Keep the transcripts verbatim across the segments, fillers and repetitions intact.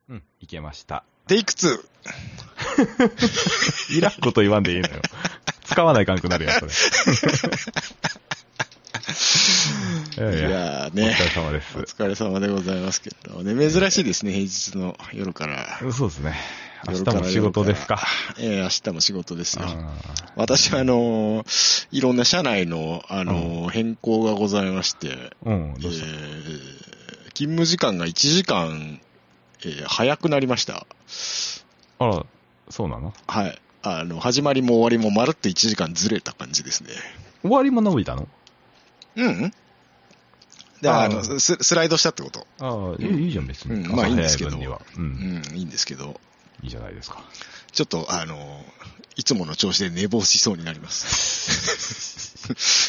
うん、いけました。 テイクツー。いらんこと言わんでいいのよ。使わないかんくなるやん、それ。いやいや、 いやーね。 お疲れ様です。 お疲れ様でございますけどね。珍しいですね、平日の夜から。 そうですね。明日も仕事ですか。 ええー、明日も仕事ですよ。私はあのー、いろんな社内の、あのーうん、変更がございまして、 うん、どうした？ えー、勤務時間がいちじかん、えー、早くなりました。 あら、そうなの？ はい。あの、始まりも終わりもまるっといちじかんずれた感じですね。 終わりも伸びたの？ うん。で、あのス、スライドしたってこと。 ああ、うん、いいじゃん、別に。 うん、まあいいんですけど。 うん、 うん、いいんですけど。 いいじゃないですか。 ちょっと、あの、いつもの調子で寝坊しそうになります。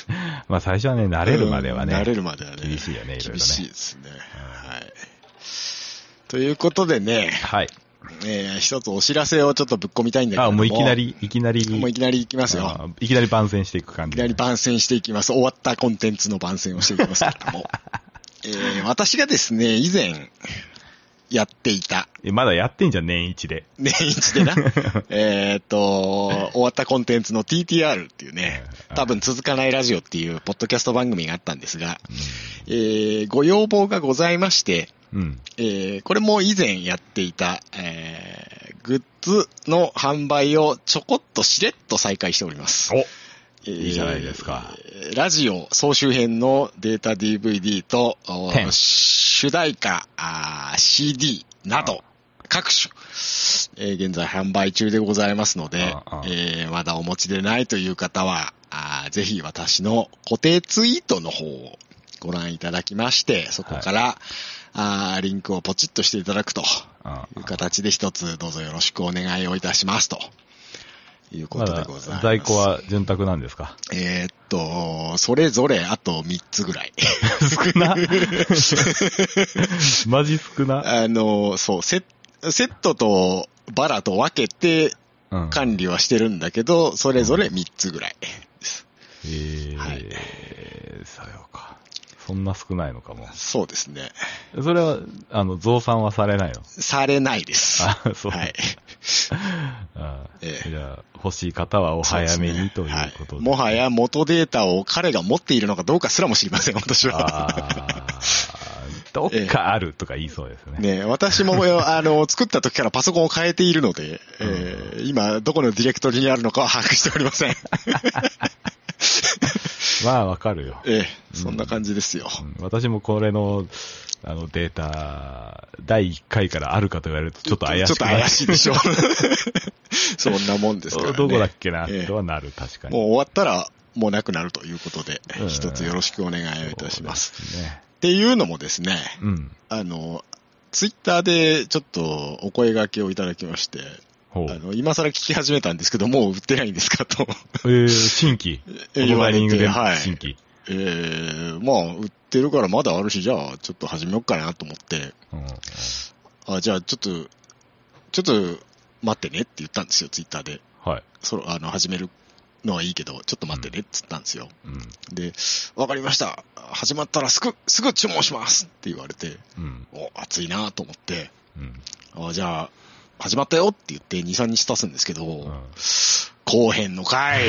まあ最初はね、慣れるまではね。 慣れるまではね。 厳しいよね、いろいろね。 厳しいですね。はい。ということでね。 はい。 えー、一つお知らせをちょっとぶっ込みたいんだけども。 あ、もういきなり、いきなり。 もういきなりいきますよ。 いきなり番宣していく感じ。 いきなり番宣していきます。終わったコンテンツの番宣をしていきますけども。えー、私がですね、以前、やっていた。 え、まだやってんじゃん、年一で。 年一でな。えっと、終わったコンテンツの ティーティーアール っていうね、多分続かないラジオっていうポッドキャスト番組があったんですが、うん、えー、ご要望がございまして、うんえー、これも以前やっていた、えー、グッズの販売をちょこっとしれっと再開しております。 おいいじゃないですか。 えー、ラジオ総集編のデータ ディーブイディー と、主題歌 シーディー など各種、えー、現在販売中でございますので、ああえー、まだお持ちでないという方は、あぜひ私の固定ツイートの方をご覧いただきまして、そこから、はい、あリンクをポチッとしていただくという形で一つどうぞよろしくお願いをいたしますと。いうことでございます。まだ在庫は潤沢なんですか？ えー、っと、それぞれあとみっつぐらい。 少なマジ少なあの、そうセ、セットとバラと分けて管理はしてるんだけど、うん、それぞれみっつぐらいです。 へ、うん、えー、はい。さようか。そんな少ないのかも。 そうですね。 それは、あの、増産はされないの？ されないです。 あ、そう。 はい。 あええ、じゃあ、欲しい方はお早めにということで、 ねはい。もはや元データを彼が持っているのかどうかすらも知りません、私は。 あどっかあるとか言いそうですね。 ええ、ね私も、あの、作った時からパソコンを変えているので、えー、今、どこのディレクトリにあるのかは把握しておりません。 まあ、わかるよ。 ええ、そんな感じですよ。 うんうん、私もこれの、あのデータ、だいいっかいからあるかと言われるとちょっと怪しい。 ちょっと怪しいでしょ。そんなもんですからね。 どこだっけな、とはなる、確かに。 もう終わったら、もうなくなるということで、うん、一つよろしくお願いをいたします。そうですね。っていうのもですね、うん、あの、ツイッターでちょっとお声掛けをいただきまして、あの今更聞き始めたんですけど、もう売ってないんですかと。 えー、新規言われて、 はい。新規。 えー、まあ、売ってるからまだあるし、じゃあ、ちょっと始めようかなと思って、うんうん、あ、じゃあ、ちょっと、ちょっと、待ってねって言ったんですよ、ツイッターで。 はい。 そあの、始めるのはいいけど、ちょっと待ってねって言ったんですよ。うん、で、わかりました。始まったらすぐ、すぐ注文しますって言われて、うん、お、熱いなと思って、うん、あ、じゃあ、始まったよって言ってに、さんにち経つんですけど、うん、後編の回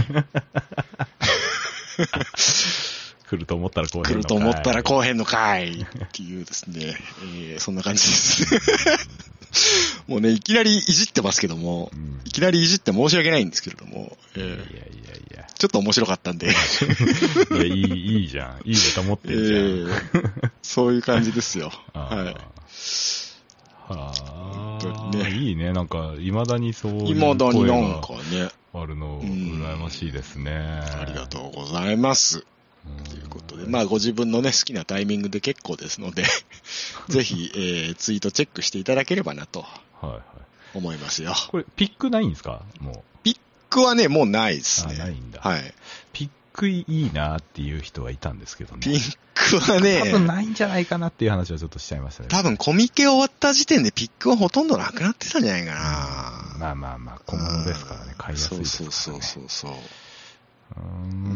来ると思ったら後編の回。 来ると思ったら後編の回っていうですね、えー、そんな感じです。もうね、いきなりいじってますけども、うん、いきなりいじって申し訳ないんですけれども、えー、いやいやいやちょっと面白かったんで。 いや、いい、いいじゃん。いいネタ持ってるじゃん。 えー、そういう感じですよ。はい。 はあ、ね、いいね。なんか、未だにそういう未だになんかね。 あるの、羨ましいですね。 ありがとうございます。ということで、まあご自分のね、好きなタイミングで結構ですので、ぜひ、えー、ツイートチェックしていただければなと、はいはい、思いますよ。 これ、ピックないんですか？もう。 ピックはね、もうないですね。 あ、ないんだ。 はい。 ピックいいなっていう人はいたんですけどね。 ピックはね、 多分ないんじゃないかなっていう話はちょっとしちゃいましたね。 多分コミケ終わった時点でピックはほとんどなくなってたんじゃないかな。 まあまあまあ、小物ですからね、買いやすいですからね。 そうそうそうそう。 うー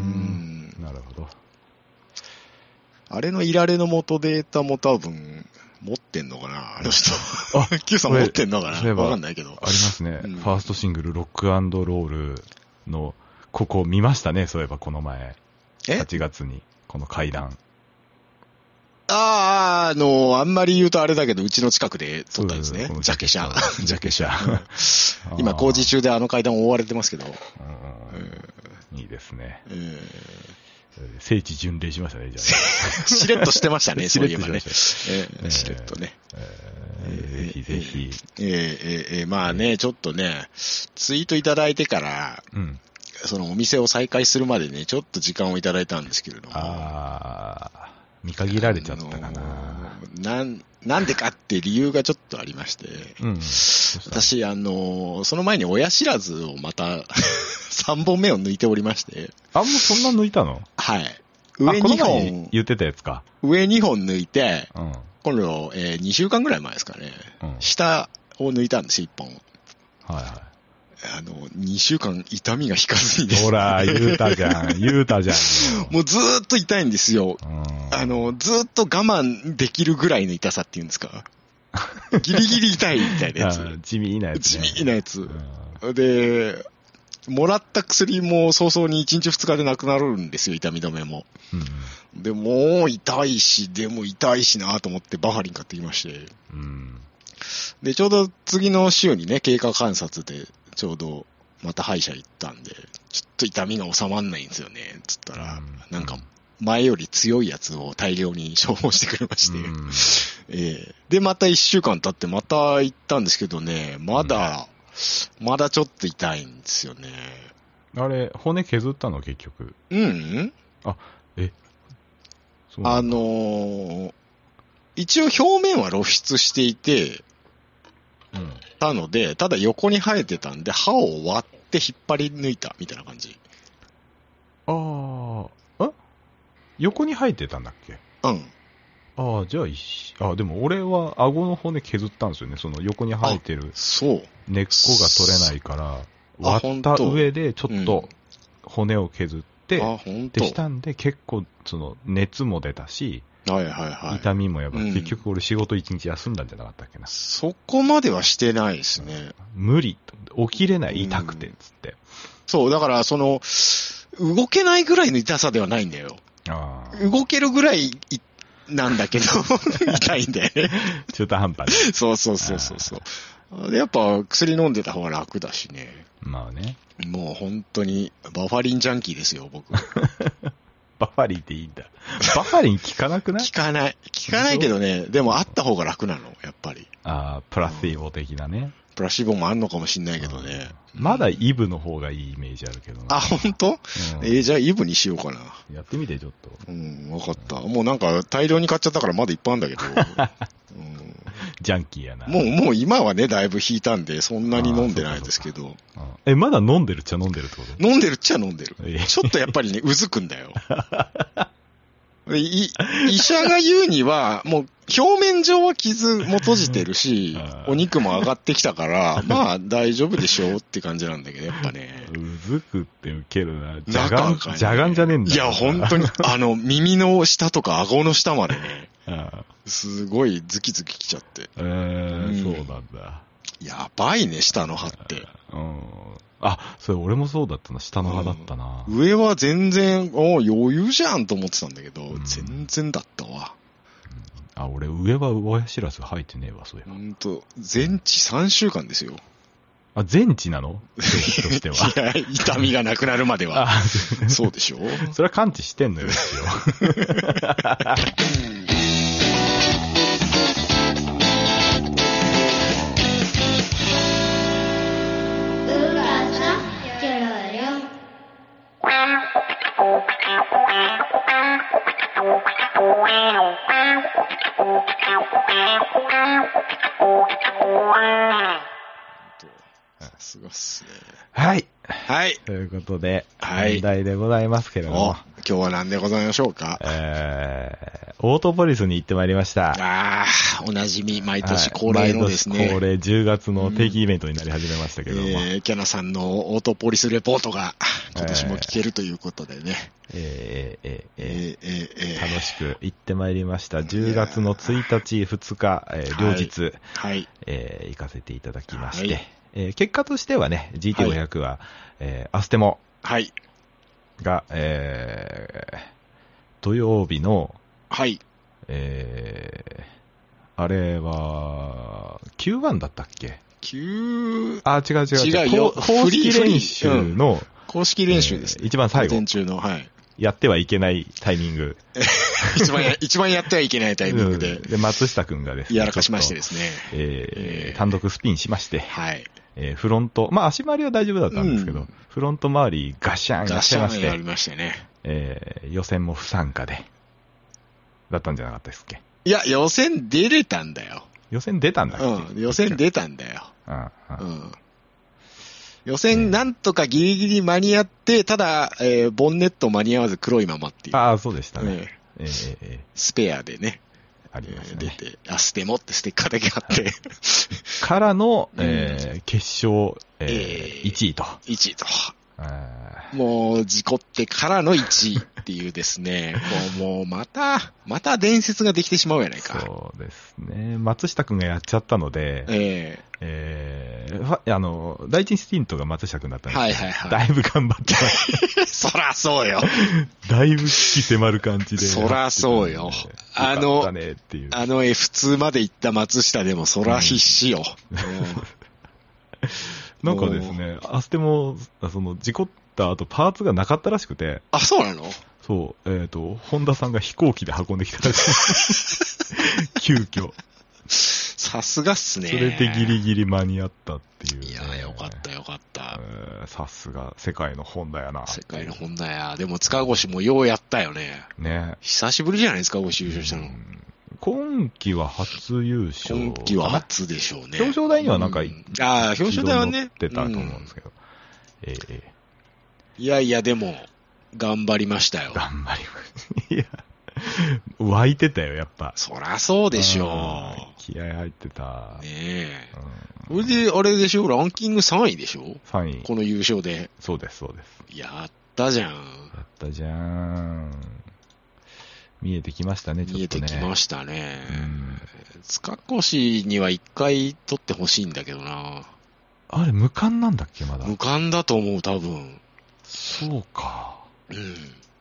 ん、なるほど。 あれのいられの元データも多分持ってんのかなあの人。あ、Q さん持ってんのかなわかんないけど。ありますね、うん。ファーストシングル、ロック&ロールの、ここ見ましたね、そういえばこの前。はちがつに、この階段。 ああ、あの、あんまり言うとあれだけど、うちの近くで撮ったんですね。ジャケ写。ジャケ写。今工事中であの階段覆われてますけど。 うん、いいですね。 うん聖地巡礼しましたね、じゃあ。 しれっとしてましたね、そういえばね。 しれっとね。 ぜひぜひ。 えー、えー、まあね、ちょっとね、ツイートいただいてから、うん、そのお店を再開するまでね、ちょっと時間をいただいたんですけれども。 ああ、見限られちゃったかな。 なん、なんでかって理由がちょっとありまして、うん、私、あの、その前に親知らずをまたさんぼんめを抜いておりまして。 あ、もうそんな抜いたの？ はい。上にほん。 言ってたやつか。 上にほん抜いて、うん、今度、えー、にしゅうかんぐらい前ですかね、うん、下を抜いたんですよ、いっぽん。 はいはい。 あの、にしゅうかん痛みが引かずにですね。 ほら、言うたじゃん、言うたじゃん。 もうずーっと痛いんですよ。あの、ずーっと我慢できるぐらいの痛さっていうんですか。ギリギリ痛いみたいなやつ。 地味なやつ、 ね。地味なやつ。で、もらった薬も早々にいちにちふつかでなくなるんですよ、痛み止めも。うん、で、もう痛いし、でも痛いしなと思ってバファリン買ってきまして。うん、で、ちょうど次の週にね、経過観察で、ちょうどまた歯医者行ったんで、ちょっと痛みが収まんないんですよね、つったら、うん、なんか前より強いやつを大量に処方してくれまして、うん、えー、で、またいっしゅうかん経ってまた行ったんですけどね、まだ、うん、まだちょっと痛いんですよね。 あれ、骨削ったの結局？ うん、うん、 あ、え、 そうあのー、一応表面は露出していて、うん、たので、ただ横に生えてたんで、歯を割って引っ張り抜いたみたいな感じ。 ああ、え横に生えてたんだっけ？ うん。 ああ、じゃあ一緒、あ、でも俺は顎の骨削ったんですよね。その横に生えてる根っこが取れないから、割った上でちょっと骨を削って、 あ、本当。でしたんで結構その熱も出たし、 はいはいはい。 痛みもやっぱ、うん、結局俺仕事一日休んだんじゃなかったっけな。 そこまではしてないですね。 無理。起きれない、痛くて、つって、うん。 そう、だからその、動けないぐらいの痛さではないんだよ。 あ動けるぐらいなんだけど、痛いんだよね。 中途半端で。 そうそうそうそうそう。で、やっぱ薬飲んでた方が楽だしね。 まあね。 もう本当にバファリンジャンキーですよ、僕。 バファリンっていいんだ。バファリン効かなくない？ 効かない。効かないけどね、でもあった方が楽なの、やっぱり。 ああ、プラシーボ的なね。 プラシーボもあんのかもしんないけどね。 まだイブの方がいいイメージあるけどな。あ、本当？うん、えー、じゃあイブにしようかな。 やってみて、ちょっと。 うん、わかった。もうなんか大量に買っちゃったからまだいっぱいあるんだけど。 うん、ジャンキーやな。 もう、もう今はね、だいぶ引いたんで、そんなに飲んでないですけど。 え、まだ飲んでるっちゃ飲んでるってこと？ 飲んでるっちゃ飲んでる。ちょっとやっぱりね、うずくんだよ。い医者が言うには、もう表面上は傷も閉じてるし、お肉も上がってきたから、まあ大丈夫でしょうって感じなんだけど、やっぱね。 うずくってウケるな。じゃがん、じゃがんじゃねえんだよ。いや、本当に、あの、耳の下とか顎の下までね、すごいズキズキきちゃって。 えー、うん、そうなんだ。 やばいね、下の歯って。 うん。あ、それ俺もそうだったな。下の歯だったな。 うん、上は全然、お余裕じゃんと思ってたんだけど、うん、全然だったわ。 あ、俺上は親知らず生えてねえわ、そういえば。 ほんと、全治さんしゅうかんですよ。 あ、全治なの？としては。 いや、痛みがなくなるまでは。そうでしょ？ それは完治してんのよ、一応。 さすがっすね。 はい。 はい。 ということで、 はい。 問題でございますけれども。 今日は何でございましょうか。 えー、オートポリスに行ってまいりました。 ああ、おなじみ、毎年恒例のですね。 はい、毎年恒例じゅうがつの定期イベントになり始めましたけども。うん、 えー、キャナさんのオートポリスレポートが今年も聞けるということでね。 えー、えー、えー、えー、えー、楽しく行ってまいりました。じゅうがつのついたち、ふつか、えー、両日、 はい、 えー、行かせていただきまして、はい、えー、結果としてはね、ジーティーごひゃく は、はい、えー、アステモが、えー、土曜日の、 はい、 えー、あれは、キューワン だったっけ ?きゅう、 あ、違う違う違う。 違うよ。 公式練習の、うん、 公式練習ですね。 えー、一番最後。 中の、はい。 やってはいけないタイミング。 一番や、一番やってはいけないタイミングで。 うん、で、松下くんがですね。 やらかしましてですね。 えーえー、単独スピンしまして。 はい。 えー、フロント、まあ足回りは大丈夫だったんですけど、うん、フロント周りガシャンやっちゃいまして。 ガシャンやりましてね。 えー、予選も不参加で。だったんじゃなかったですっけ？ いや、予選出れたんだよ。 予選出たんだっけ？ うん、予選出たんだよ。 うん、うん。 うん予選なんとかギリギリ間に合って、ただ、えー、ボンネット間に合わず黒いままっていう。 ああ、そうでしたね。 えーえーえー、スペアでね。 ありましたね。 出て、あ、ステモってステッカーだけあって。 からの、えーうん、決勝、えーえー、いちいと。 いちいと。もう、事故ってからのいちいっていうですね、もう、もうまた、また伝説ができてしまうやないか。 そうですね。松下くんがやっちゃったので、 えー、 えー、あの、第一スティントが松下くんだったんですけど、 はいはいはい。 だいぶ頑張ってます。そらそうよ。 だいぶ危機迫る感じで。 そらそうよ。あの、 ねっていうあの エフツー まで行った松下でもそら必死よ。うんなんかですね、アステも、その、事故った後、パーツがなかったらしくて。 あ、そうなの？ そう、えっと、ホンダさんが飛行機で運んできたらしい。急遽。 さすがっすね。 それでギリギリ間に合ったっていう、ね。 いや、よかったよかった。 えー、さすが、世界のホンダやな。 世界のホンダや。でも、塚越もようやったよね。 ね。 久しぶりじゃないですか、塚越優勝したの。 今季は初優勝。 今季は初でしょうね。 表彰台にはなんか、うん、 ああ、表彰台はね。 乗ってたと思うんですけど。うん、えー、 いやいや、でも、頑張りましたよ。 頑張りました。いや、湧いてたよ、やっぱ。 そらそうでしょう。 気合入ってた。 ねえ。それで、あれでしょ、ランキングさんいでしょ ? さん 位。 この優勝で。 そうです、そうです。 やったじゃん。やったじゃん。見えてきましたね、ちょっとね。 見えてきましたね。うん、塚越には一回取ってほしいんだけどな。 あれ、無冠なんだっけ、まだ。 無冠だと思う、多分。 そうか。 うん。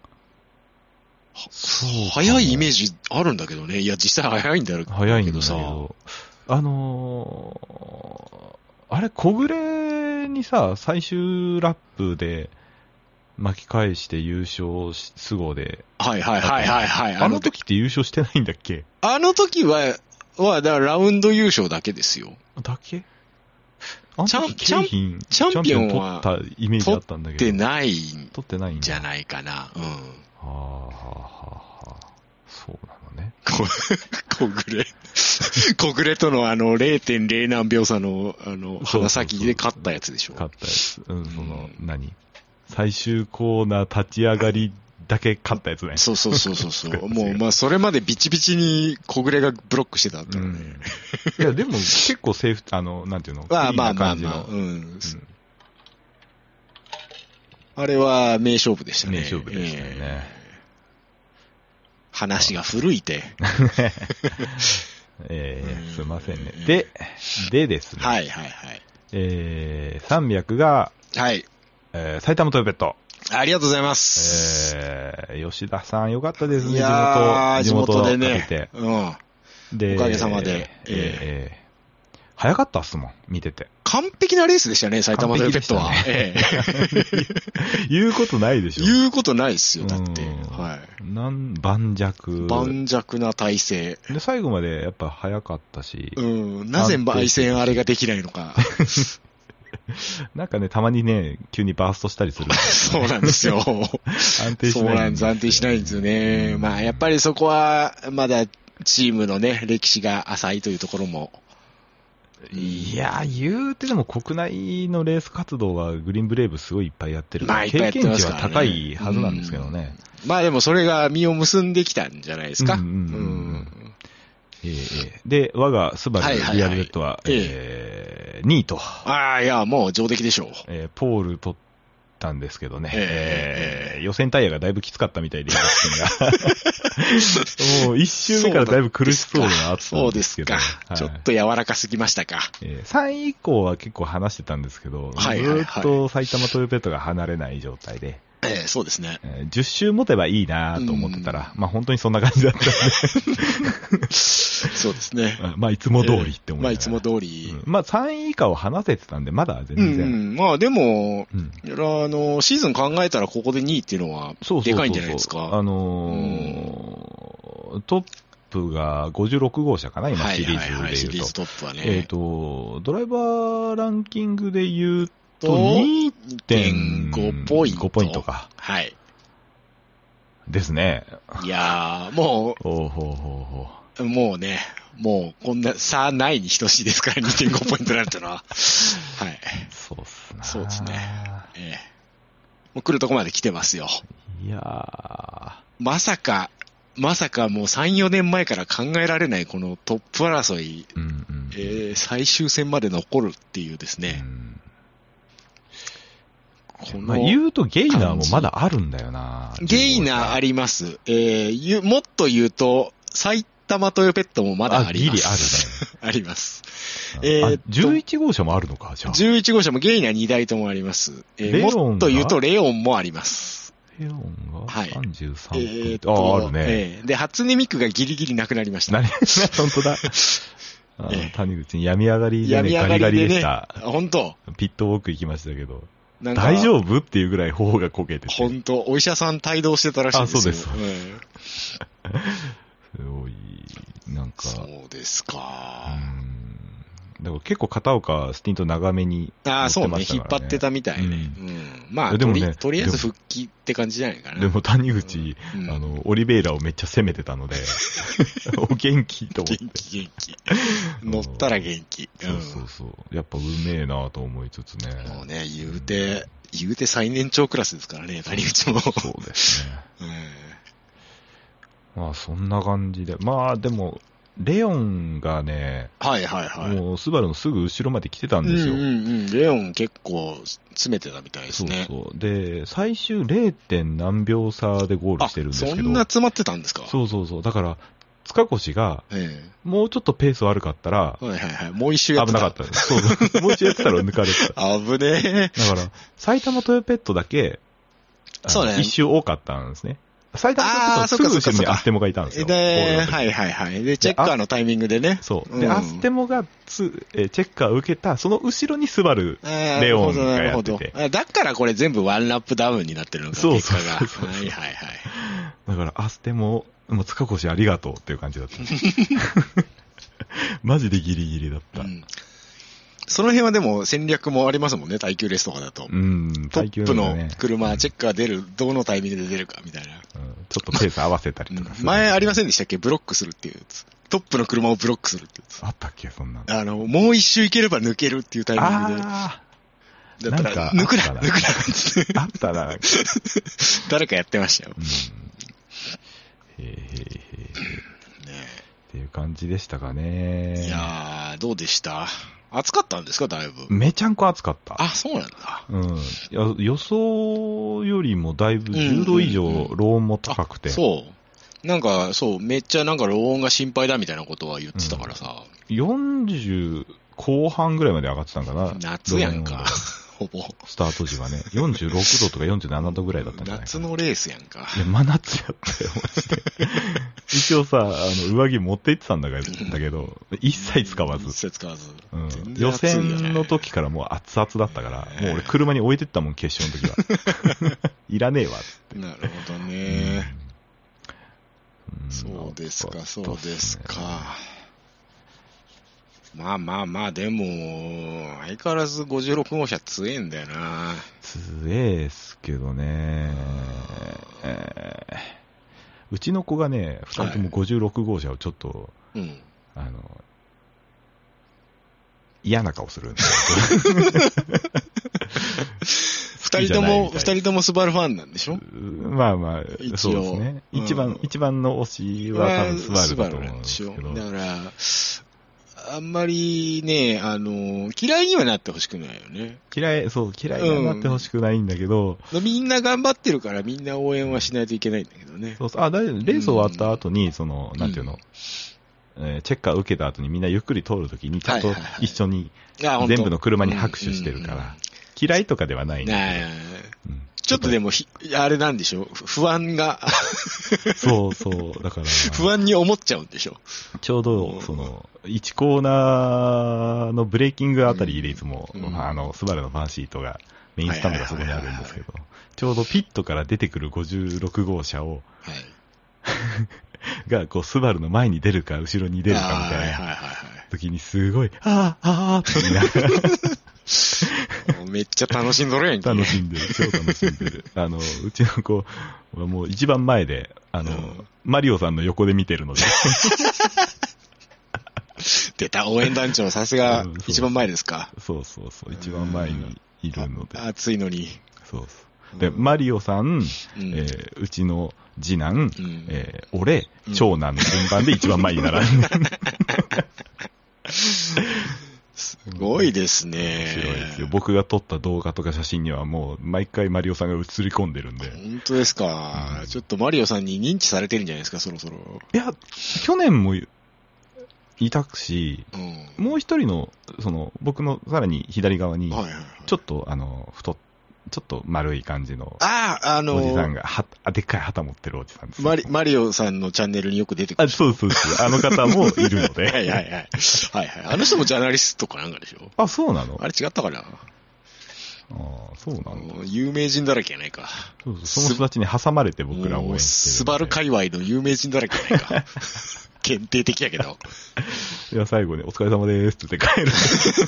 そう早いイメージあるんだけどね。いや、実際早いんだけどさ。 早いんだけど。あのー、あれ、小暮にさ、最終ラップで、巻き返して優勝し、スゴで。 はいはいはいはいはい。 あの時って優勝してないんだっけ？ あの時は、は、だからラウンド優勝だけですよ。 だけ？ チャン、チャン、チャンピオンは、 取ったイメージあったんだけど。 取ってない。 取ってないんじゃないかな。うん。はあはあはあ。そうなのね。 小暮。小暮とのあの れいてんれい 何秒差の、あの、花咲で勝ったやつでしょ。 勝ったやつ。うん、その、うん、何最終コーナー立ち上がりだけ勝ったやつね。 そうそうそうそうそう。もう、まあ、それまでビチビチに小暮がブロックしてたんだよね。うん、 いや、でも結構セーフ、あの、なんていうのまあまあまあまあ、うん。うん、あれは名勝負でしたね。 名勝負でしたよね。えー、 話が古いて。 えー、すいませんね。で、でですね。 はいはいはい。 えー、さんびゃくが、 はい。 えー、埼玉トヨペット。 ありがとうございます。 えー、吉田さんよかったですね、 いや地元。 地元でね。 かけてうん。 で、 おかげさまで。 えー、えー、早かったっすもん、見てて。 完璧なレースでしたね、埼玉トヨペットは。ね、ええ言うことないでしょ。 言うことないっすよ、だって。はい。 なん、盤石。 盤石な体勢。 で、最後までやっぱ早かったし。 うん。なぜ焙煎あれができないのか。 なんかね、たまにね、急にバーストしたりする、ね。 そうなんですよ。 安定しない。 そうなんです、安定しないんですよね。うん、まあ、やっぱりそこは、まだチームのね、歴史が浅いというところもいや、言うてでも国内のレース活動はグリーンブレイブすごいいっぱいやってる。 まあ、いっぱいやってますからね。 経験値は高いはずなんですけどね。 うん、まあでもそれが実を結んできたんじゃないですか。うんうんうんうんえー、で、我がスバルリアルレッドは、はいはいはい、えー、にいと。 ああ、いや、もう上出来でしょう。 えー、ポール取ったんですけどね、えーえー、予選タイヤがだいぶきつかったみたいで、もう一周目からだいぶ苦しそうなあったんですけど。 そうですか。はい、ちょっと柔らかすぎましたか。 えー、さんい以降は結構離してたんですけど、はいはいはい、ずっと埼玉トヨペットが離れない状態で。 えー、そうですね、 えー。じゅっ周持てばいいなと思ってたら、まあ本当にそんな感じだったんで。 そうですね。 まあいつも通りって思いながら、えー、 まあいつも通り。 うん、まあさんい以下を離せてたんで、まだ全然。 うん、まあでも、うん、あの、シーズン考えたらここでにいっていうのは、でかいんじゃないですか。 そうそうそうそう、あのーうん、トップがごじゅうろく号車かな、今シリーズでいうと。はいはいはい、シリーズトップはね。えっ、ー、と、ドライバーランキングで言うと、にてんご ポイント。ごポイントか。 はい。 ですね。 いやー、もう、 ほうほうほうほう。もうね、もうこんな差ないに等しいですから、にてんご ポイントになるというのは。はい。 そうっすね。 そうですね。ええ。もう来るとこまで来てますよ。 いやー。 まさか、まさかもうさん、よねんまえから考えられないこのトップ争い、うんうん、えー、最終戦まで残るっていうですね。うんこのまあ、言うとゲイナーもまだあるんだよな。 ゲイナーあります。えー、もっと言うと、埼玉トヨペットもまだあります。 あ、ギリあるね。 あります。 えー、じゅういち号車もあるのか、じゃあ。 じゅういち号車もゲイナーにだいともあります。えー、もっと言うとレオンもあります。 レオンがさんじゅうさん、 はい、 えー、ああ、あるね。 えー、で、初音ミクがギリギリなくなりました。 何本当だ。あえー、谷口に病み上がりでね、ガリガリでした。 本当。 ピットウォーク行きましたけど。大丈夫っていうぐらい頬がこけてて。 本当、お医者さん帯同してたらしいんですよ。 あ、そうです。 うん、 すごい、なんか。 そうですか。 うん。だから結構片岡スティント長めに、ね。 ああ、そうね。引っ張ってたみたいね。うん。うん、まあ、でもねとり、とりあえず復帰って感じじゃないかな。 でも谷口、うん、あの、オリベイラをめっちゃ攻めてたので、お元気と思って。 元気元気。乗ったら元気。 うん、そうそうそう。やっぱうめえなと思いつつね。 もうね、言うて、言うて最年長クラスですからね、谷口も。 そうですね。うん、まあそんな感じで。まあでも、レオンがね、 はいはいはい。 もうスバルのすぐ後ろまで来てたんですよ。 うんうんうん。レオン結構詰めてたみたいですね。 そうそう。で、最終 ゼロ. 点何秒差でゴールしてるんですけど。 そんな詰まってたんですか？ そうそうそう。だから、塚越が、もうちょっとペース悪かったら、 はいはいはい。もう一周やってた。危なかった。そうそう。もう一周やってたら抜かれてた。 危ねえ。 だから、埼玉トヨペットだけ、 そうね。 一周多かったんですね。埼玉トヨペットのすぐ後ろにアステモがいたんですよ。 で、はいはいはい。で、チェッカーのタイミングでね。 そう。で、うん、アステモがつ、えチェッカーを受けた、その後ろにスバル、レオンがやってて。 だからこれ全部ワンラップダウンになってるのか、 そうそうそうそう。 はいはいはい。 だから、アステモ、もう塚越ありがとうっていう感じだった。マジでギリギリだった。うん、 その辺はでも戦略もありますもんね、耐久レースとかだと。 うん、 トップの車、チェッカー出る、どのタイミングで出るかみたいな。うん、 ちょっとペース合わせたりとかする、 うん。前ありませんでしたっけ？ブロックするっていうやつ。トップの車をブロックするってやつ。 あったっけ、そんなの。 あの、もう一周行ければ抜けるっていうタイミングで。あだったら、抜くな、抜くな。 あったな。 誰かやってましたよ。うん、 へーへーへー。ねっていう感じでしたかね。 いやー、どうでした？暑かったんですか、だいぶ。 めちゃんこ暑かった。 あ、そうなんだ。 うん。いや予想よりもだいぶじゅうど以上、ローンも高くて、 うんうんうん。そう。なんか、そう、めっちゃなんかローンが心配だみたいなことは言ってたからさ。 うん、よんじゅう後半ぐらいまで上がってたんかな。 夏やんか。ほぼ。 スタート時はね、よんじゅうろくどとかよんじゅうななどぐらいだったんじゃないかな。 夏のレースやんか。 いや、真夏やったよ、マジで。一応さ、あの、上着持って行ってたんだけど、一切使わず。 一切使わず。 うん。予選の時からもう熱々だったから、もう俺車に置いてったもん、決勝の時は。いらねえわ、つって。 なるほどね。うん、そうですか、そうですか。まあまあまあ、でも、相変わらずごじゅうろく号車強えんだよな。 強えっすけどね、えー、うちの子がね、二人ともごじゅうろく号車をちょっと、はい、うん、あの、 嫌な顔するんで。 二人とも、二人ともスバルファンなんでしょ？ まあまあ、そうですね。うん、一番、一番の推しは多分スバルだと思うんですけど。 だから、あんまりね、あの、嫌いにはなってほしくないよね。 嫌い、そう、嫌いにはなってほしくないんだけど、 うん、みんな頑張ってるからみんな応援はしないといけないんだけどね。 そうそう、あ、だいレース終わった後に、その、なんていうの、うん、えー、チェッカー受けた後にみんなゆっくり通るときに、ちゃんと一緒に全部の車に拍手してるから、嫌いとかではないんだけど、 うん、ちょっとでもひ、あれなんでしょ、不安が。 そうそう、だから。 不安に思っちゃうんでしょ。 ちょうど、その、いちコーナーのブレーキングあたりでいつも、うん、あの、スバルのファンシートが、メインスタンドがそこにあるんですけど、ちょうどピットから出てくるごじゅうろく号車を、はい、が、こう、スバルの前に出るか、後ろに出るかみたいな時にすごい、あー、あーって言いながら、 めっちゃ楽しんどるやんけ。 楽しんでる、超楽しんでる。あの、うちの子はもう一番前で、あの、うん、マリオさんの横で見てるので。 出た、応援団長、さすが一番前ですか。 そうそうそう、一番前にいるので。 暑いのに。 そうそう。で、うん、マリオさん、うんえー、うちの次男、うんえー、俺、長男の順番で一番前に並んで。 すごいですね。 面白いですよ。僕が撮った動画とか写真にはもう毎回マリオさんが映り込んでるんで。 本当ですか、うん、ちょっとマリオさんに認知されてるんじゃないですか、そろそろ。 いや、去年もいたし、うん、もう一人の、その、僕のさらに左側に、はいはいはい、ちょっと、あの、太っちょっと丸い感じの、 ああ、あのー、 おじさんが、は、あ、でっかい旗持ってるおじさんです。 マリ、マリオさんのチャンネルによく出てくる。 あ、そうそうそう。あの方もいるので。 はいはいはい。はいはい。あの人もジャーナリストかなんかでしょ？ あ、そうなの？ あれ違ったかな？ああ、そうなんだ。 有名人だらけやないか。 そうそう。その人たちに挟まれて僕ら応援してる。 スバル界隈の有名人だらけやないか。限定的やけど。 いや、最後にお疲れ様でーすって帰る。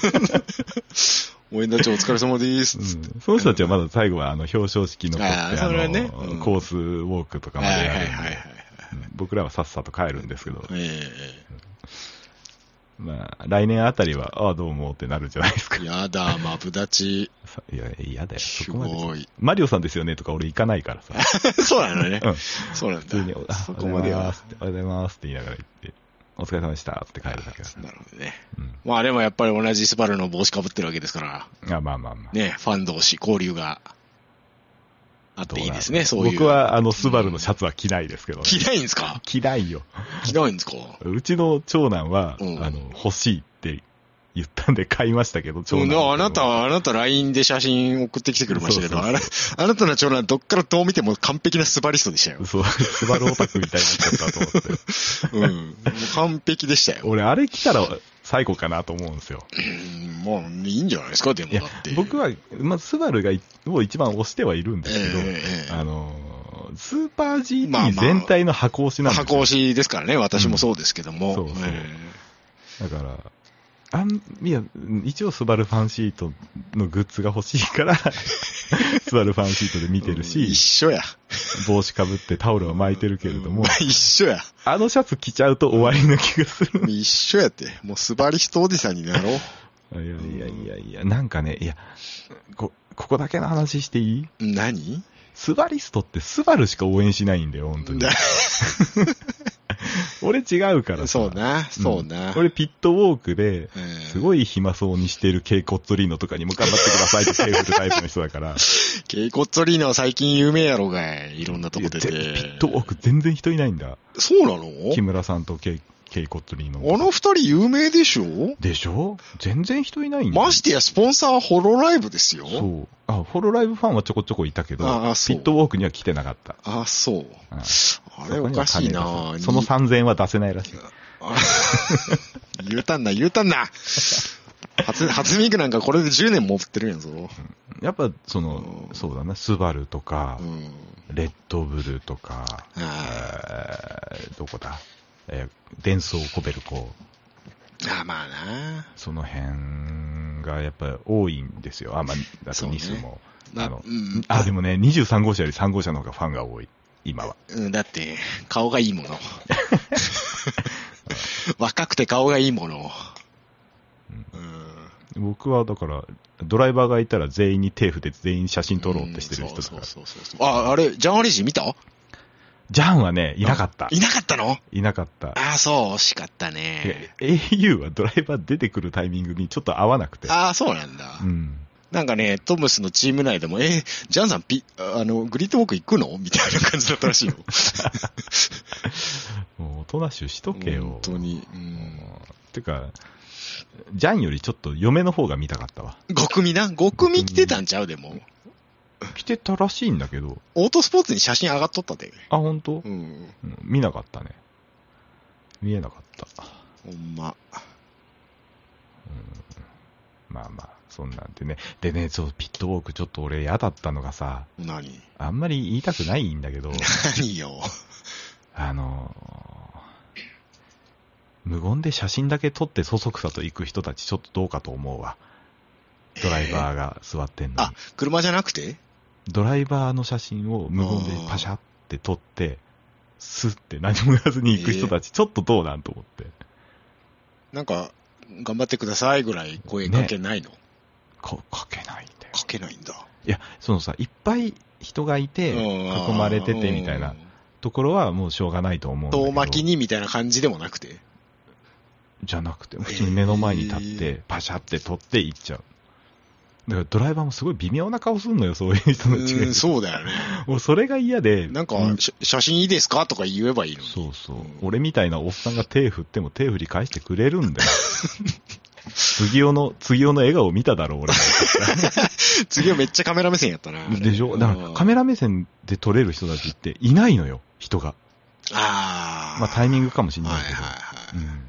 応援団長お疲れ様でーすっつって、 うん。その人たちはまだ最後はあの表彰式残って、 あそれはね、 あの、うん、コースウォークとかまでやるんで、はいはいはいはい、僕らはさっさと帰るんですけど、えーうん、まあ、来年あたりは、ああ、どうもってなるんじゃないですか。 やだ、マブダチ。 いや、嫌だよ。 すごい。 マリオさんですよねとか俺行かないからさ。 そうなのね。 うん。 そうなんだ。 普通に、あ、そこまでは。おはようございますって言いながら行って、お疲れ様でしたって帰るだけだ。 なるほどね。うん、まあでもやっぱり同じスバルの帽子かぶってるわけですから。 あ、まあまあまあ。 ね、ファン同士交流があっていいですね、そういう。 僕はあのスバルのシャツは着ないですけど、ね。 着ないんですか？ 着ないよ。 着ないんですか？ うちの長男は、うん、あの、欲しいって言ったんで買いましたけど、長男。 うん、あなた、あなた ライン で写真送ってきてくれましたけど、そうそうそうあな、あなたの長男どっからどう見ても完璧なスバリストでしたよ。 そう、スバルオタクみたいになっちゃったと思って。 うん。もう完璧でしたよ。 俺、あれ着たら最後かなと思うんですよ。 うん、まあ、いいんじゃないですか、でもだって。 僕は、まあ、スバルがを一番推してはいるんですけど、えー、あの、スーパー ジーティー 全体の箱推しなんですよ。 箱推しですからね、私もそうですけども。 うん、そうそう。えー、だから、あん、いや、一応スバルファンシートのグッズが欲しいから、スバルファンシートで見てるし、うん、 一緒や。 帽子かぶってタオルは巻いてるけれども、うん、 一緒や。 あのシャツ着ちゃうと終わりな気がする。 一緒やって。もうスバリストおじさんになろう。 いやいやいやいや、なんかね、いや、こ、ここだけの話していい？ 何？ スバリストってスバルしか応援しないんだよ、本当に。俺違うからさ。 そうな、そうな。 うん、俺ピットウォークで、すごい暇そうにしてるケイコッツォリーノとかにも頑張ってくださいって手を振るタイプの人だから。 ケイコッツォリーノは最近有名やろがい。いろんなとこ出て。ピットウォーク全然人いないんだ。 そうなの？ 木村さんとケイ、ケイコッツォリーノ。 あの二人有名でしょ？ でしょ？全然人いないんだ。 ましてやスポンサーはホロライブですよ。 そう。あ、ホロライブファンはちょこちょこいたけど、ああピットウォークには来てなかった。 ああ、そう。ああ、あれおかしいな。 そのさんぜんえんは出せないらしい。 言うたんな、言うたんな。初、初ミクなんかこれでじゅうねん持ってるんやぞ。 やっぱ、その、うん、そうだな、スバルとか、うん、レッドブルとか、えー、どこだ、えー、デンソーコベルコ。 ああ、まあな。 その辺がやっぱ多いんですよ。あ、まあ、だとニスも。ね、あの、うん、あ、でもね、にじゅうさん号車よりさん号車の方がファンが多い。今は。 うん、だって、顔がいいもの。若くて顔がいいもの。うん、 僕はだから、ドライバーがいたら全員に手振って全員写真撮ろうってしてる人だから。 そうそうそうそう。あ、あれ、ジャン・アレジ見た？ ジャンはね、いなかった。 いなかったの？ いなかった。 ああ、そう、惜しかったね。 エーユー はドライバー出てくるタイミングにちょっと合わなくて。 ああ、そうなんだ。 うん。 なんかね、トムスのチーム内でも、えー、ジャンさんピ、あの、グリッドウォーク行くのみたいな感じだったらしいよ。 もう、おとなしゅしとけよ。 本当に。うん。 てか、ジャンよりちょっと嫁の方が見たかったわ。 ご組な ?ご 組来てたんちゃうでも。 来てたらしいんだけど。 オートスポーツに写真上がっとったで。 あ、ほんと？ うん。 見なかったね。見えなかった。 ほんま。 うん、まあまあ、そんなんでね。でね、そう、ピットウォークちょっと俺嫌だったのがさ。 何？ あんまり言いたくないんだけど。 何よ。 あのー、無言で写真だけ撮ってそそくさと行く人たちちょっとどうかと思うわ。ドライバーが座ってんのに。 あ、車じゃなくて？ ドライバーの写真を無言でパシャって撮って、スッて何も言わずに行く人たち、ちょっとどうなんと思って。 なんか、頑張ってくださいぐらい声かけないの？ね、 か, かけないんだよ。 かけないんだ。 いや、そのさ、いっぱい人がいて、囲まれててみたいなところはもうしょうがないと思うんだけど。 遠巻きにみたいな感じでもなくて？ じゃなくて、普通に目の前に立って、パシャって撮って行っちゃう。だからドライバーもすごい微妙な顔すんのよ、そういう人たちが。 うん、そうだよね。 もうそれが嫌で。 なんか、うん、写真いいですかとか言えばいいのに。 そうそう、うん。俺みたいなおっさんが手振っても手振り返してくれるんだよ。次男の、次男の笑顔見ただろ、俺。 次男めっちゃカメラ目線やったな。 でしょ？だからカメラ目線で撮れる人たちっていないのよ、人が。 ああ。 まあタイミングかもしれないけど。はいはいはい。うん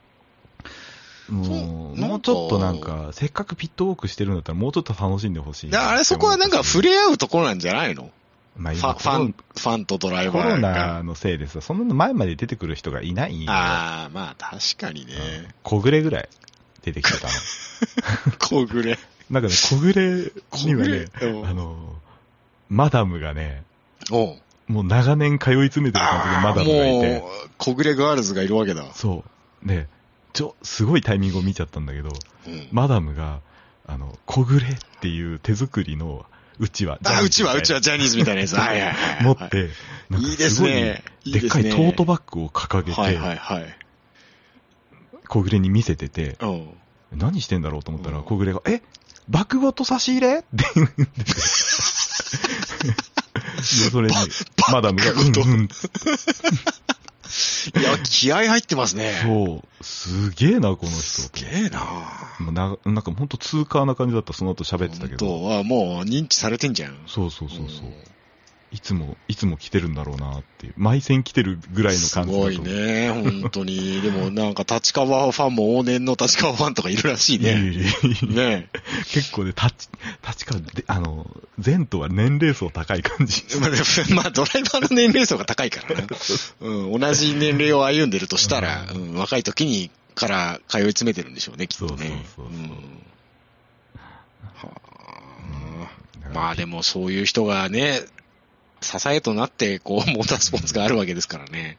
もう、もうちょっとなんか、せっかくピットウォークしてるんだったらもうちょっと楽しんでほしい。 あれそこはなんか触れ合うところなんじゃないの？ まあ、 ファファン、ファンとドライバーが。 コロナのせいでさ、そんな前まで出てくる人がいないんよ。 ああ、まあ確かにね。 小暮ぐらい出てきてたの。 小暮。 なんかね、小暮にはね、あの、マダムがね、 おうもう長年通い詰めてる感じでマダムがいて。 もう、小暮ガールズがいるわけだ。 そう。で、ちょ、すごいタイミングを見ちゃったんだけど、うん、マダムが、あの、小暮っていう手作りのうちわ。 あ、うちわ、うちわジャニーズみたいなやつ。はいはいはい。 持って、 なんかすごいいいですね。 でっかいトートバッグを掲げて、 はいはいはい。 小暮に見せてて、 うん、 何してんだろうと思ったら、小暮が、え、バッグごと差し入れって言うんですよ。それに、マダムが、うんうん。 いや、気合入ってますね。 そう。すげえな、この人。 すげえな。 ななんかほんと通過な感じだった、その後喋ってたけど。 本当あ、もう認知されてんじゃん。 そうそうそうそう。いつも、いつも来てるんだろうなっていう。毎戦来てるぐらいの感じだと。 すごいね、本当に。でもなんか立川ファンも往年の立川ファンとかいるらしいね。いいね結構ね、立立川で、あの、前途は年齢層高い感じ。 まあ、ドライバーの年齢層が高いからね。うん、同じ年齢を歩んでるとしたら、うん、若い時にから通い詰めてるんでしょうね、きっとね。そうそうそうそう。うんはあ、うん、まあでもそういう人がね、支えとなって、こう、モータースポーツがあるわけですからね。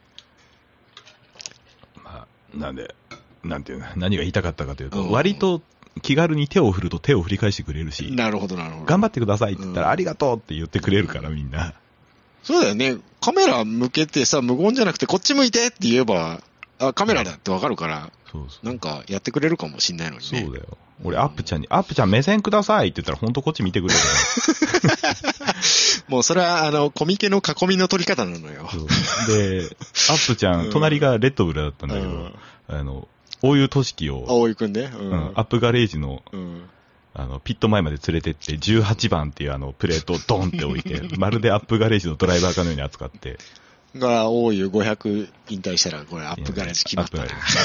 まあ、なんで、なんていうの、何が言いたかったかというと、うん、割と気軽に手を振ると手を振り返してくれるし、 なるほど、なるほど。 頑張ってくださいって言ったら、うん、ありがとうって言ってくれるから、みんな。 そうだよね。カメラ向けてさ、無言じゃなくて、こっち向いてって言えば、あ、カメラだってわかるから、そうそうなんかやってくれるかもしんないのにね。 そうだよ。俺、アップちゃんに、アップちゃん目線くださいって言ったら、ほんとこっち見てくれるもうそれは、あの、コミケの囲みの取り方なのよ。 で、アップちゃん、隣がレッドブルだったんだけど、うん、あの、大湯俊樹を、 大湯くんね、 うんうん。アップガレージの、うん、あの、ピット前まで連れてって、じゅうはちばんっていうあの、プレートをドンって置いて、まるでアップガレージのドライバーかのように扱って、 が、大湯ごひゃく引退したら、これアップガレージ決まったな。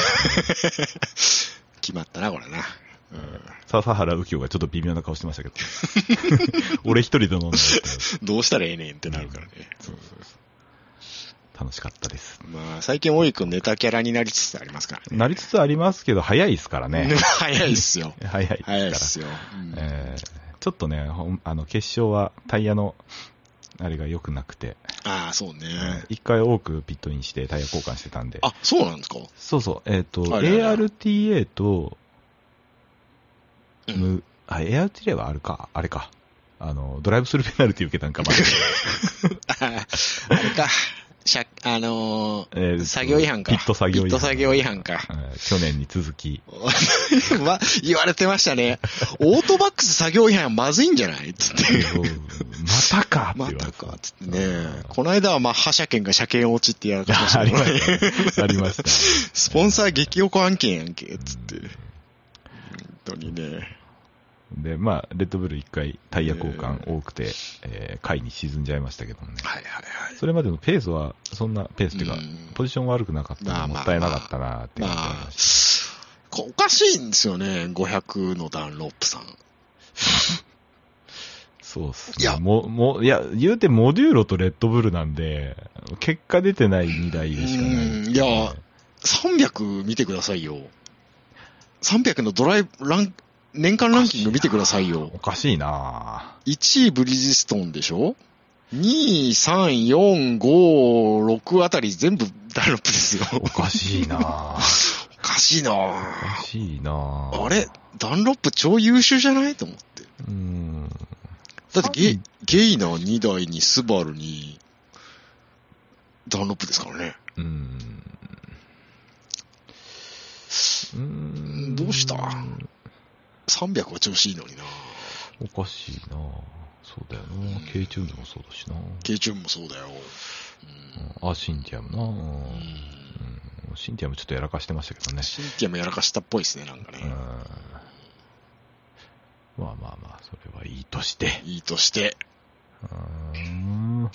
決まったな、これな。 うん、笹原右京がちょっと微妙な顔してましたけど。俺一人で飲んでどうしたらええねんってなるからね。うん、そうそうそう楽しかったです。 まあ、最近大井くんネタキャラになりつつありますからね。 なりつつありますけど、早いですからね。 早いっすよ。 早いですから。 早いっすよ。 うんえー、ちょっとね、あの、決勝はタイヤの、あれが良くなくて。 ああ、そうね。 一回多くピットインしてタイヤ交換してたんで。 あ、そうなんですか？ そうそう。えっ、ー、と、エーアールティーエー と、 うん、あ、エアウチレはあるか、あれか。あの、ドライブスルーペナルティ受けたんか、まああれか。あのーえー、作業違反か。 ピット作業違反。 ピット作業違反か。 去年に続き。 ま、言われてましたね。オートバックス作業違反まずいんじゃないつって。 またかって言われて。 またかつってね。この間はマッハ車検が車検落ちってやらかしましたね。ありました。ありました。 スポンサー激おこ案件やんけ、つって。本当にね。 で、まあ、レッドブル一回タイヤ交換多くて、えー、下位に沈んじゃいましたけどもね。 はいはいはい。 それまでのペースは、そんなペースっていうか、ポジション悪くなかったのもったいなかったなって感じがありました。おかしいんですよね、ごひゃくのダンロップさん。 そうっすね。いや、も、も、いや、言うてモデューロとレッドブルなんで、結果出てないにだいでしかない、ね。 いや、さんびゃく見てくださいよ。さんびゃくのドライブ、ラン、年間ランキング見てくださいよ。 おかしいなぁ。 いちいブリヂストンでしょ ?にい、さん、よん、ご、ろくあたり全部ダンロップですよ。 おかしいなぁ。 おかしいなぁ。 おかしいなぁ。 あれダンロップ超優秀じゃないと思って。 うーん。 だってゲ、ゲイナーにだいにスバルにダンロップですからね。 うーん。うーん。 どうしたさんびゃくは調子いいのにな。 おかしいな。そうだよな。うん、K チューンでもそうだしな。 K チューンもそうだよ。 うん、あ、シンティアムな、うんうん。シンティアムちょっとやらかしてましたけどね。 シンティアムやらかしたっぽいですね、なんかね。うん、 まあまあまあ、それはいいとして。 いいとして。 うーん。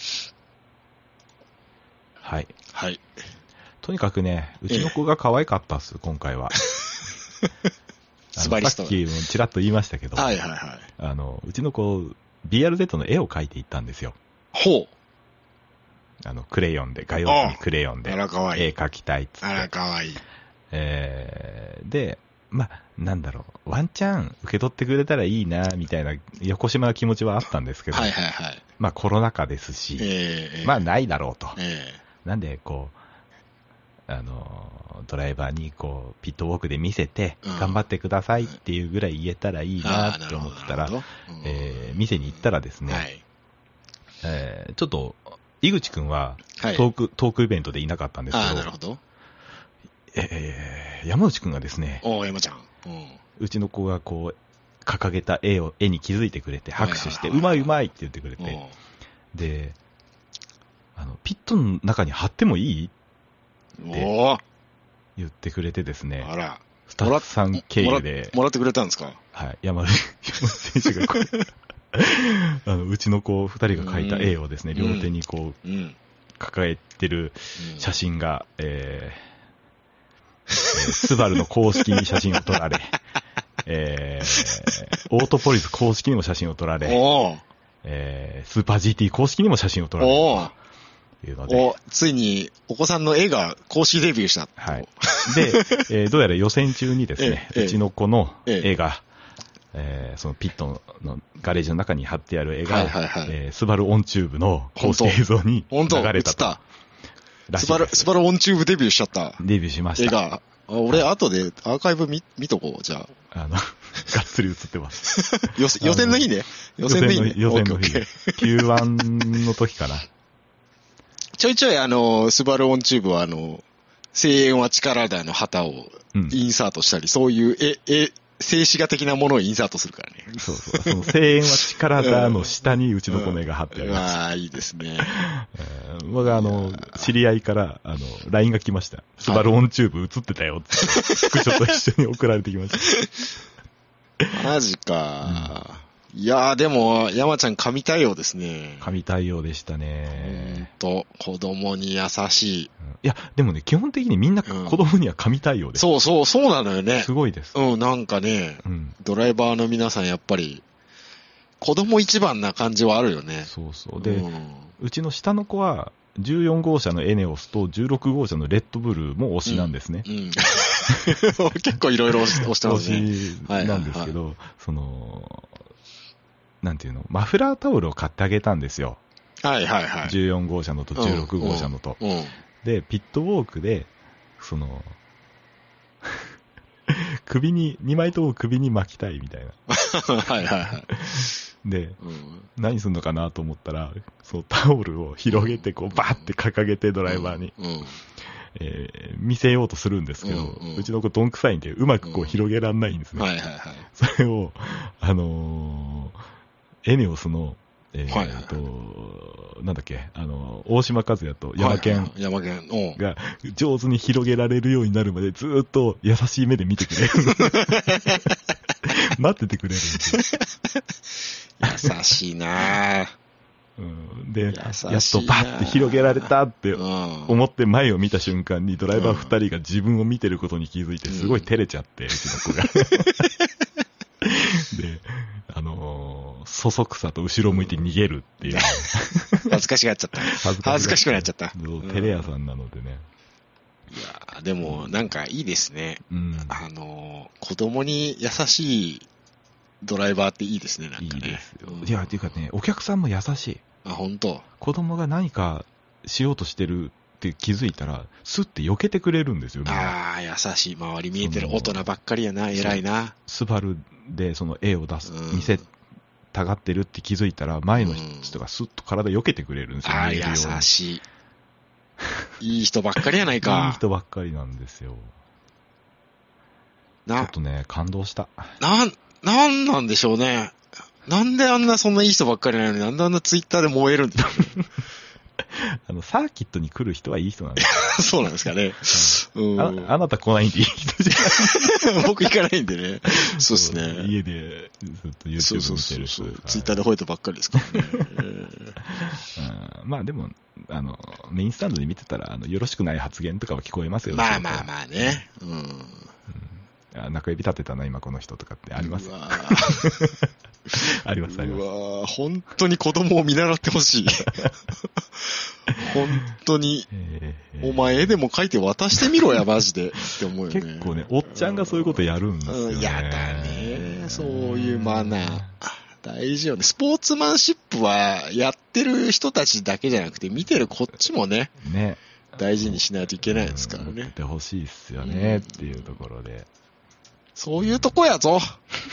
はい。 はい。 とにかくね、うちの子が可愛かったっす、今回は。 スバリスト。 さっきもちらっと言いましたけど、 はいはいはい。 あの、うちの子、ビーアールゼット の絵を描いていったんですよ。 ほう。 あの、クレヨンで、画用紙にクレヨンで、絵描きたいっつって。 あらかわいい。 えー、で、まあ、なんだろう、ワンチャン受け取ってくれたらいいな、みたいな、横島な気持ちはあったんですけど、 はいはいはい。 まあ、コロナ禍ですし、 えー、 まあ、ないだろうと。 えー、なんで、こう、あの、ドライバーにこう、ピットウォークで見せて、頑張ってくださいっていうぐらい言えたらいいなって思ってたら、えー、店に行ったらですね、はい、えー、ちょっと、井口くんはトーク、はい、トークイベントでいなかったんですけど、 あ、なるほど。 えー、山内くんがですね、 お山ちゃん、うん、 うちの子がこう、掲げた絵を、絵に気づいてくれて、拍手して、うまいうまいって言ってくれて、で、あの、ピットの中に貼ってもいいって言ってくれてですね、 あら、 スタッフさん経由でもらってくれたんですか？ はい、山内選手がこうあのうちの子ふたりが描いた絵をですね、うん、両手にこう、うん、抱えてる写真が、うん、えー、スバルの公式に写真を撮られ、えー、オートポリス公式にも写真を撮られ、えー、スーパー ジーティー 公式にも写真を撮られる。いうのでおついにお子さんの絵が公式デビューした。 はい。で、えー、どうやら予選中にですね、うちの子の絵が、えー、そのピットのガレージの中に貼ってある絵が、はいはいはい、えー、スバルオンチューブの公式映像に流れたと。 スバル、スバルオンチューブデビューしちゃった。 デビューしました。 絵が。俺、はい、後でアーカイブ見、見とこう、じゃあ。 あの、がっつり映ってます。 予選の日ね。予選の日ね。 予選の日。キューワン の時かな。 ちょいちょいあの、スバルオンチューブはあの、声援は力だの旗をインサートしたり、うん、そういうえ、え、静止画的なものをインサートするからね。 そうそう。その声援は力だの下にうちの子の絵が貼ってあります。 うん、ああ、いいですね。 僕はあの、知り合いから、あの、ライン が来ました。スバルオンチューブ映ってたよって、スクショと一緒に送られてきました。 マジか、うんいやーでも、山ちゃん神対応ですね。 神対応でしたね。 ほんと、子供に優しい。いや、でもね、基本的にみんな子供には神対応です。 うん、そうそう、そうなのよね。 すごいです。 うん、なんかね、うん、ドライバーの皆さんやっぱり、子供一番な感じはあるよね。 そうそう。で、うん、うちの下の子は、じゅうよん号車のエネオスとじゅうろく号車のレッドブルも推しなんですね。うんうん、 結構いろいろ推してますね。 推しなんですけど、はいはいはい、その、なんていうの、マフラータオルを買ってあげたんですよ。 はいはいはい。 じゅうよん号車のとじゅうろく号車のと。うんうん、で、ピットウォークで、その、 首に、にまいとも首に巻きたいみたいな。 はいはいはい。 で、うん、何すんのかなと思ったら、そうタオルを広げて、こう、バーって掲げてドライバーに、うんうん、えー、見せようとするんですけど、うんうん、うちの子どんくさいんで、うまくこう広げらんないんですね。 うん、はいはいはい。 それを、あのー、エネオスの、えーはいはい、となんだっけ、あの大島和也とヤマケンが上手に広げられるようになるまでずーっと優しい目で見てくれる待っててくれるんですよ。優しいなぁ、 うん、でやっとバッて広げられたって思って前を見た瞬間にドライバーふたりが自分を見てることに気づいてすごい照れちゃって、うん、うちの子がで、あのー、そそくさと後ろ向いて逃げるっていう、うん、 恥ずかしがっちゃった恥ずかしくなっちゃった。 テレ屋さんなのでね。 いやでもなんかいいですね、うん、あのー、子供に優しいドライバーっていいですね。なんかね、いいですよ、 いやっていうかね、お客さんも優しい。 あ、本当。 子供が何かしようとしてるって気づいたらスッて避けてくれるんですよ。 ああ、優しい。周り見えてる大人ばっかりやな。偉いな。 スバルでその絵を出す、うん、見せたがってるって気づいたら前の人がスッと体避けてくれるんですよ、 うん、ああ、優しい。いい人ばっかりやないか。 いい人ばっかりなんですよ。なちょっとね、感動した。 なん、なんなんでしょうね。なんであんなそんないい人ばっかりなのに、なんであんなツイッターで燃えるんですかね。 あの、サーキットに来る人はいい人なんです。 そうなんですかね。 うん、あ, あなた来ないんでいい人じゃない。 僕行かないんでね。そうですね。 家でずっと YouTube 見てる人。そうそうそうそう、はい、 ツイッターで吠えたばっかりですからね。 うん、まあでも、あの、メインスタンドで見てたら、あの、よろしくない発言とかは聞こえますよね。 まあまあまあね。うん。うん 、中指立てたな、今この人とかってあります。うわあります、あります。 うわ本当に子供を見習ってほしい。本当に、えー、お前絵でも描いて渡してみろや、マジで。って思うよね。 結構ね、おっちゃんがそういうことやるんですよね。うん、 やだね。そういうマナー。大事よね。スポーツマンシップは、やってる人たちだけじゃなくて、見てるこっちもね。ね。大事にしないといけないですからね。やってほしいっすよね、っていうところで。 そういうとこやぞ。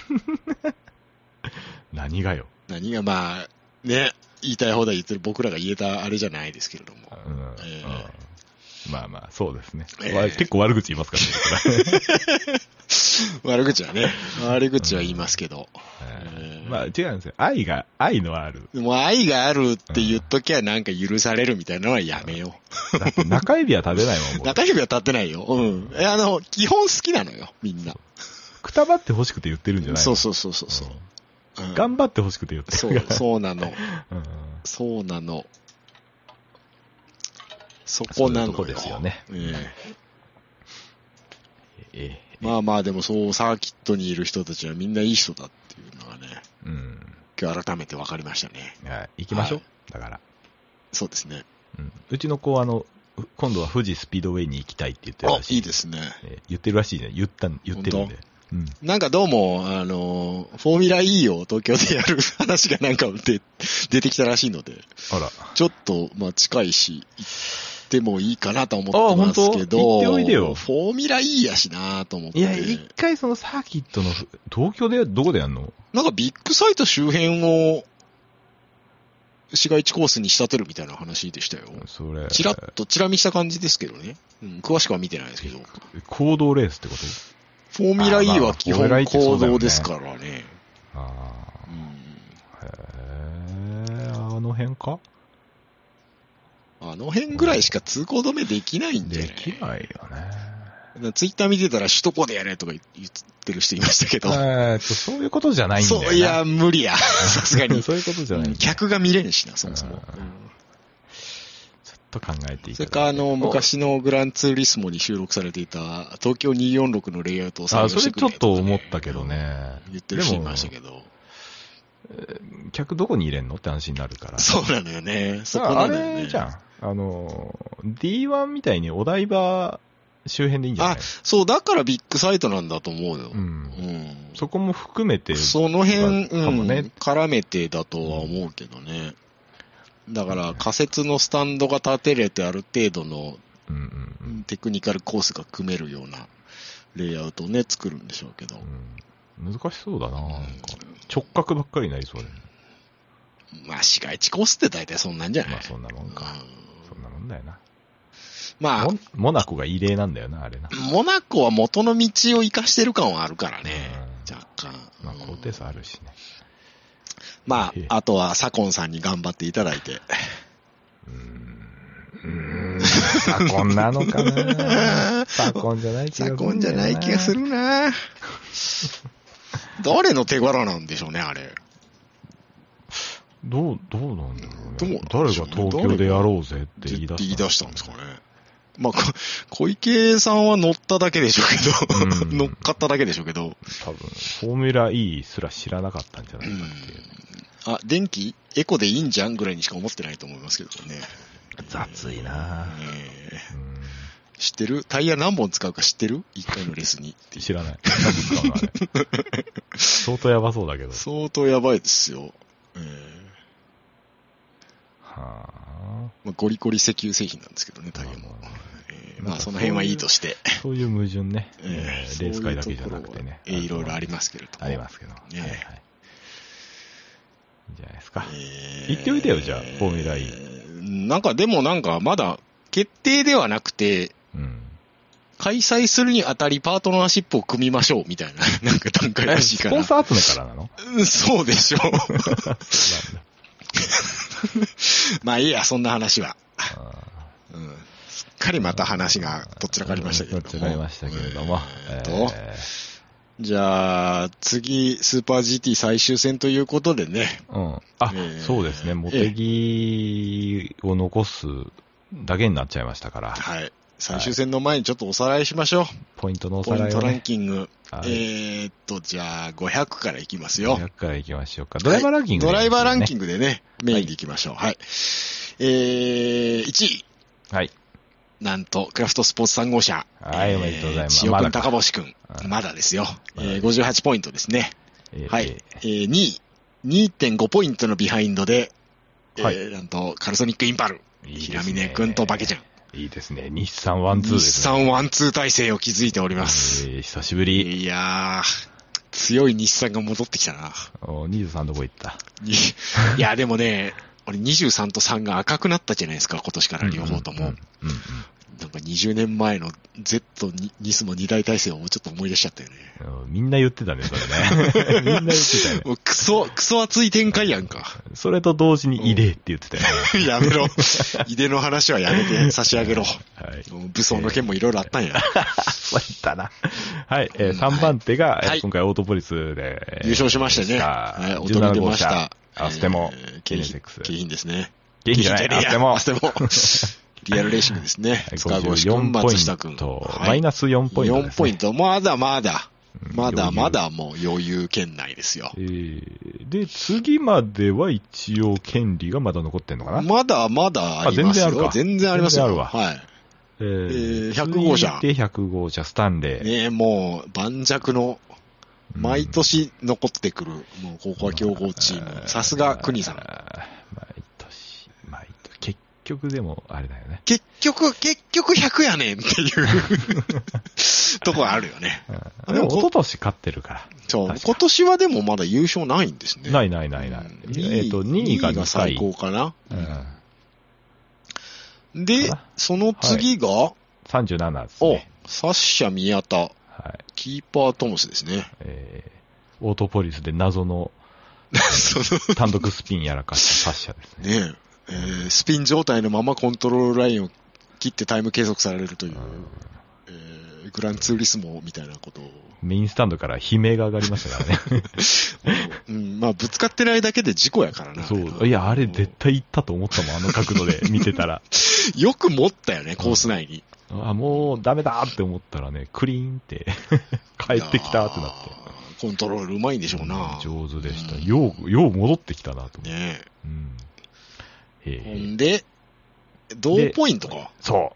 何がよ。 何が、まあ、ね、言いたい放題言ってる僕らが言えたあれじゃないですけれども。うんえーうん、まあまあ、そうですね。えー、結構悪口言いますからね。 悪口はね、悪口は言いますけど。 うんえー、まあ違うんですよ。愛が、愛のある。 もう愛があるって言っときゃなんか許されるみたいなのはやめよう。だって中指は立てないもん。 中指は立ってないよ。うん。え、あの、基本好きなのよ、みんな。 くたばって欲しくて言ってるんじゃないの？ そうそうそうそうそう、 うん、頑張って欲しくて言ってる。 そう、そうなの。うん、そうなの。そこなのよ。そういうとこですよね。えーえー、まあまあでもそうサーキットにいる人たちはみんないい人だっていうのがね、うん、今日改めて分かりましたね。 はい、行きましょう、はい、だからそうですね、 うん、うちの子はあの今度は富士スピードウェイに行きたいって言ってるらしい。 あ、いいですね、 えー、言ってるらしいじゃん。言った言ってるんで、うん、 なんかどうもあのフォーミュラ E を東京でやる話がなんかで出てきたらしいので、あらちょっとまあ近いしでもいいかなと思ってますけど、 行っておいでよ。 フォーミュラ E やしなと思って。 いや、一回そのサーキットの、東京でどこでやんの？ なんかビッグサイト周辺を、市街地コースに仕立てるみたいな話でしたよ。それ。チラッと、チラ見した感じですけどね。うん、詳しくは見てないですけど。 公道レースってこと？ フォーミュラ E は基本公道ですからね。ああ、 うん。へえ、あの辺か？ あの辺ぐらいしか通行止めできないんじゃない？ できないよね。ツイッター見てたら首都高でやれとか言ってる人いましたけど。 えー、そういうことじゃないんだよな。 そう、いや、無理や。さすがに。 そういうことじゃない。 客が見れんしな、そもそも。うん、ちょっと考えていただいて。 それか、あの、昔のグランツーリスモに収録されていた東京にひゃくよんじゅうろくのレイアウトを採用してくれ、ね、あ、それちょっと思ったけどね。 言ってる人いましたけど。 客どこに入れんのって話になるから。 そうなのよね。そこなのよね。 あれじゃん。あの、ディーワン みたいにお台場周辺でいいんじゃない？あ、 そう、だからビッグサイトなんだと思うよ。うん。うん、 そこも含めて。 その辺、かもね、うん、絡めてだとは思うけどね。だから仮設のスタンドが立てれてある程度のテクニカルコースが組めるようなレイアウトをね、作るんでしょうけど。 うん、難しそうだな、なんか直角ばっかりになりそうで。 まあ、市街地コースって大体そんなんじゃない？ まあ、そんなもんか。うん、そんなもんだよな。 まあモ、 モナコが異例なんだよな、あれな。 モナコは元の道を生かしてる感はあるからね、うん、若干。 まあ、高低差あるしね。 まあ、あとは左近さんに頑張っていただいて。 うーん。うーん。左近なのかな。左近じゃない気がする。 左近じゃない気がするな。誰の手柄なんでしょうね、あれ。 どう、どうなんだろうね。誰が東京でやろうぜって言い出した、 言い出したんですかね。まあ、小池さんは乗っただけでしょうけど、うん、乗っかっただけでしょうけど。 多分、フォーミュラ E すら知らなかったんじゃないかっていう。 あ、電気エコでいいんじゃんぐらいにしか思ってないと思いますけどね。 雑いなぁ、 えーうん。知ってる？タイヤ何本使うか知ってる？一回のレースに。 知らない。何使うのあれ。相当やばそうだけど。 相当やばいですよ。えー、 はあ、まあ。ゴリゴリ石油製品なんですけどね、タイヤも。えー、まあその辺はいいとして。 そういう矛盾ね。えー、レース界だけじゃなくてね。 えー、いろいろありますけれども。 ありますけど。 えー、はいはい。 いいんじゃないですか。えー、行っておいてよ、じゃあ、フォーミュラ E。 なんかでもなんかまだ決定ではなくて、うん、開催するにあたりパートナーシップを組みましょうみたいな、なんか段階らしいから。 スポンサー集めからなの？ うん、そうでしょう。まあいいや、そんな話は。うん、すっかりまた話がどっちらかありましたけれども。 どっちらかありましたけれども。 えーっと、えーじゃあ、次、スーパー ジーティー 最終戦ということでね。 うん。あ、えー、そうですね。茂木を残すだけになっちゃいましたから。 はい。最終戦の前にちょっとおさらいしましょう。 ポイントのおさらいを、ね、 ポイントランキング。はい、えーっと、じゃあ、ごひゃくからいきますよ。 ごひゃくからいきましょうか。ドライバーランキング、ねはい、ドライバーランキングでね、メインでいきましょう。はい。はい、えー、いちい。 はい。 なんと、クラフトスポーツさん号車。 はい、おめでとうございます。 千代くん、高星くん。まだですよ。えー、ごじゅうはちポイントですね。えー、はい。えー、にい。にてんご ポイントのビハインドで、はい、えー、なんと、カルソニックインパル。いい平峰くんとバケちゃん。 いいですね。日産ワンツーですね。日産ワンツー体制を築いております。 えー、久しぶり。 いやー、強い日産が戻ってきたな。 おにじゅうさんどこ行った？ いや、でもね、俺にじゅうさんとさんが赤くなったじゃないですか、今年から両方とも。うんうんうんうん、なんかにじゅうねんまえの Z ニスモに大体制をちょっと思い出しちゃったよね。 みんな言ってたね、それね。みんな言ってたよね。 もうクソ、クソ熱い展開やんか。 それと同時にイデって言ってたよね。やめろ。イデの話はやめて差し上げろ。はい、武装の件もいろいろあったんや。 そう言ったな。はい、えー、さんばん手が、はい、今回オートポリスで、 優勝しましたね。はい、踊り出ました。 アステモ、 景品、景品ですね。 景品じゃない、アステモ。 アステモ。リアルレーシングですね。塚越くん、松下くん。 マイナスよんポイント、ね。 よんポイント。まだまだ。まだまだもう余裕圏内ですよ。 えー、で、次までは一応権利がまだ残ってんのかな？ まだまだありますよ。全然あるか。全然ありますよ。 全然あるわ。 はい。 えー、 えー、ひゃく号車。 で、ひゃく号車、スタンレー。 ねえ、もう、盤石の、毎年残ってくる、うん、もう、ここは強豪チーム。さすが、国さん。 毎年、毎年。結局でも、あれだよね。 結局、結局ひゃくやねんっていうとこあるよね。 うん、でも、一昨年勝ってるから。 そう。今年はでもまだ優勝ないんですね。 ないないないない。うん、えっと、にいがが最高かな。 うん、 で、その次が、はい、 さんじゅうななですね。 お、サッシャ宮田。はい。キーパートムスですね。 えー、オートポリスで謎の単独スピンやらかしたサッシャですね。 ねえ。えー、スピン状態のままコントロールラインを切ってタイム計測されるという、うん、えー、グランツーリスモみたいなことを。 メインスタンドから悲鳴が上がりましたからね。 うん、まあ、ぶつかってないだけで事故やからな。 そう。いや、あれ絶対行ったと思ったもん、あの角度で見てたら。 よく持ったよね、コース内に。 うん、あ、もうダメだって思ったらね、クリーンって帰ってきたってなって。 コントロールうまいんでしょうな。 上手でした。うん、よう、よう戻ってきたなと思って。 ねえ。 うん。 ほんで、同ポイントか。 そう。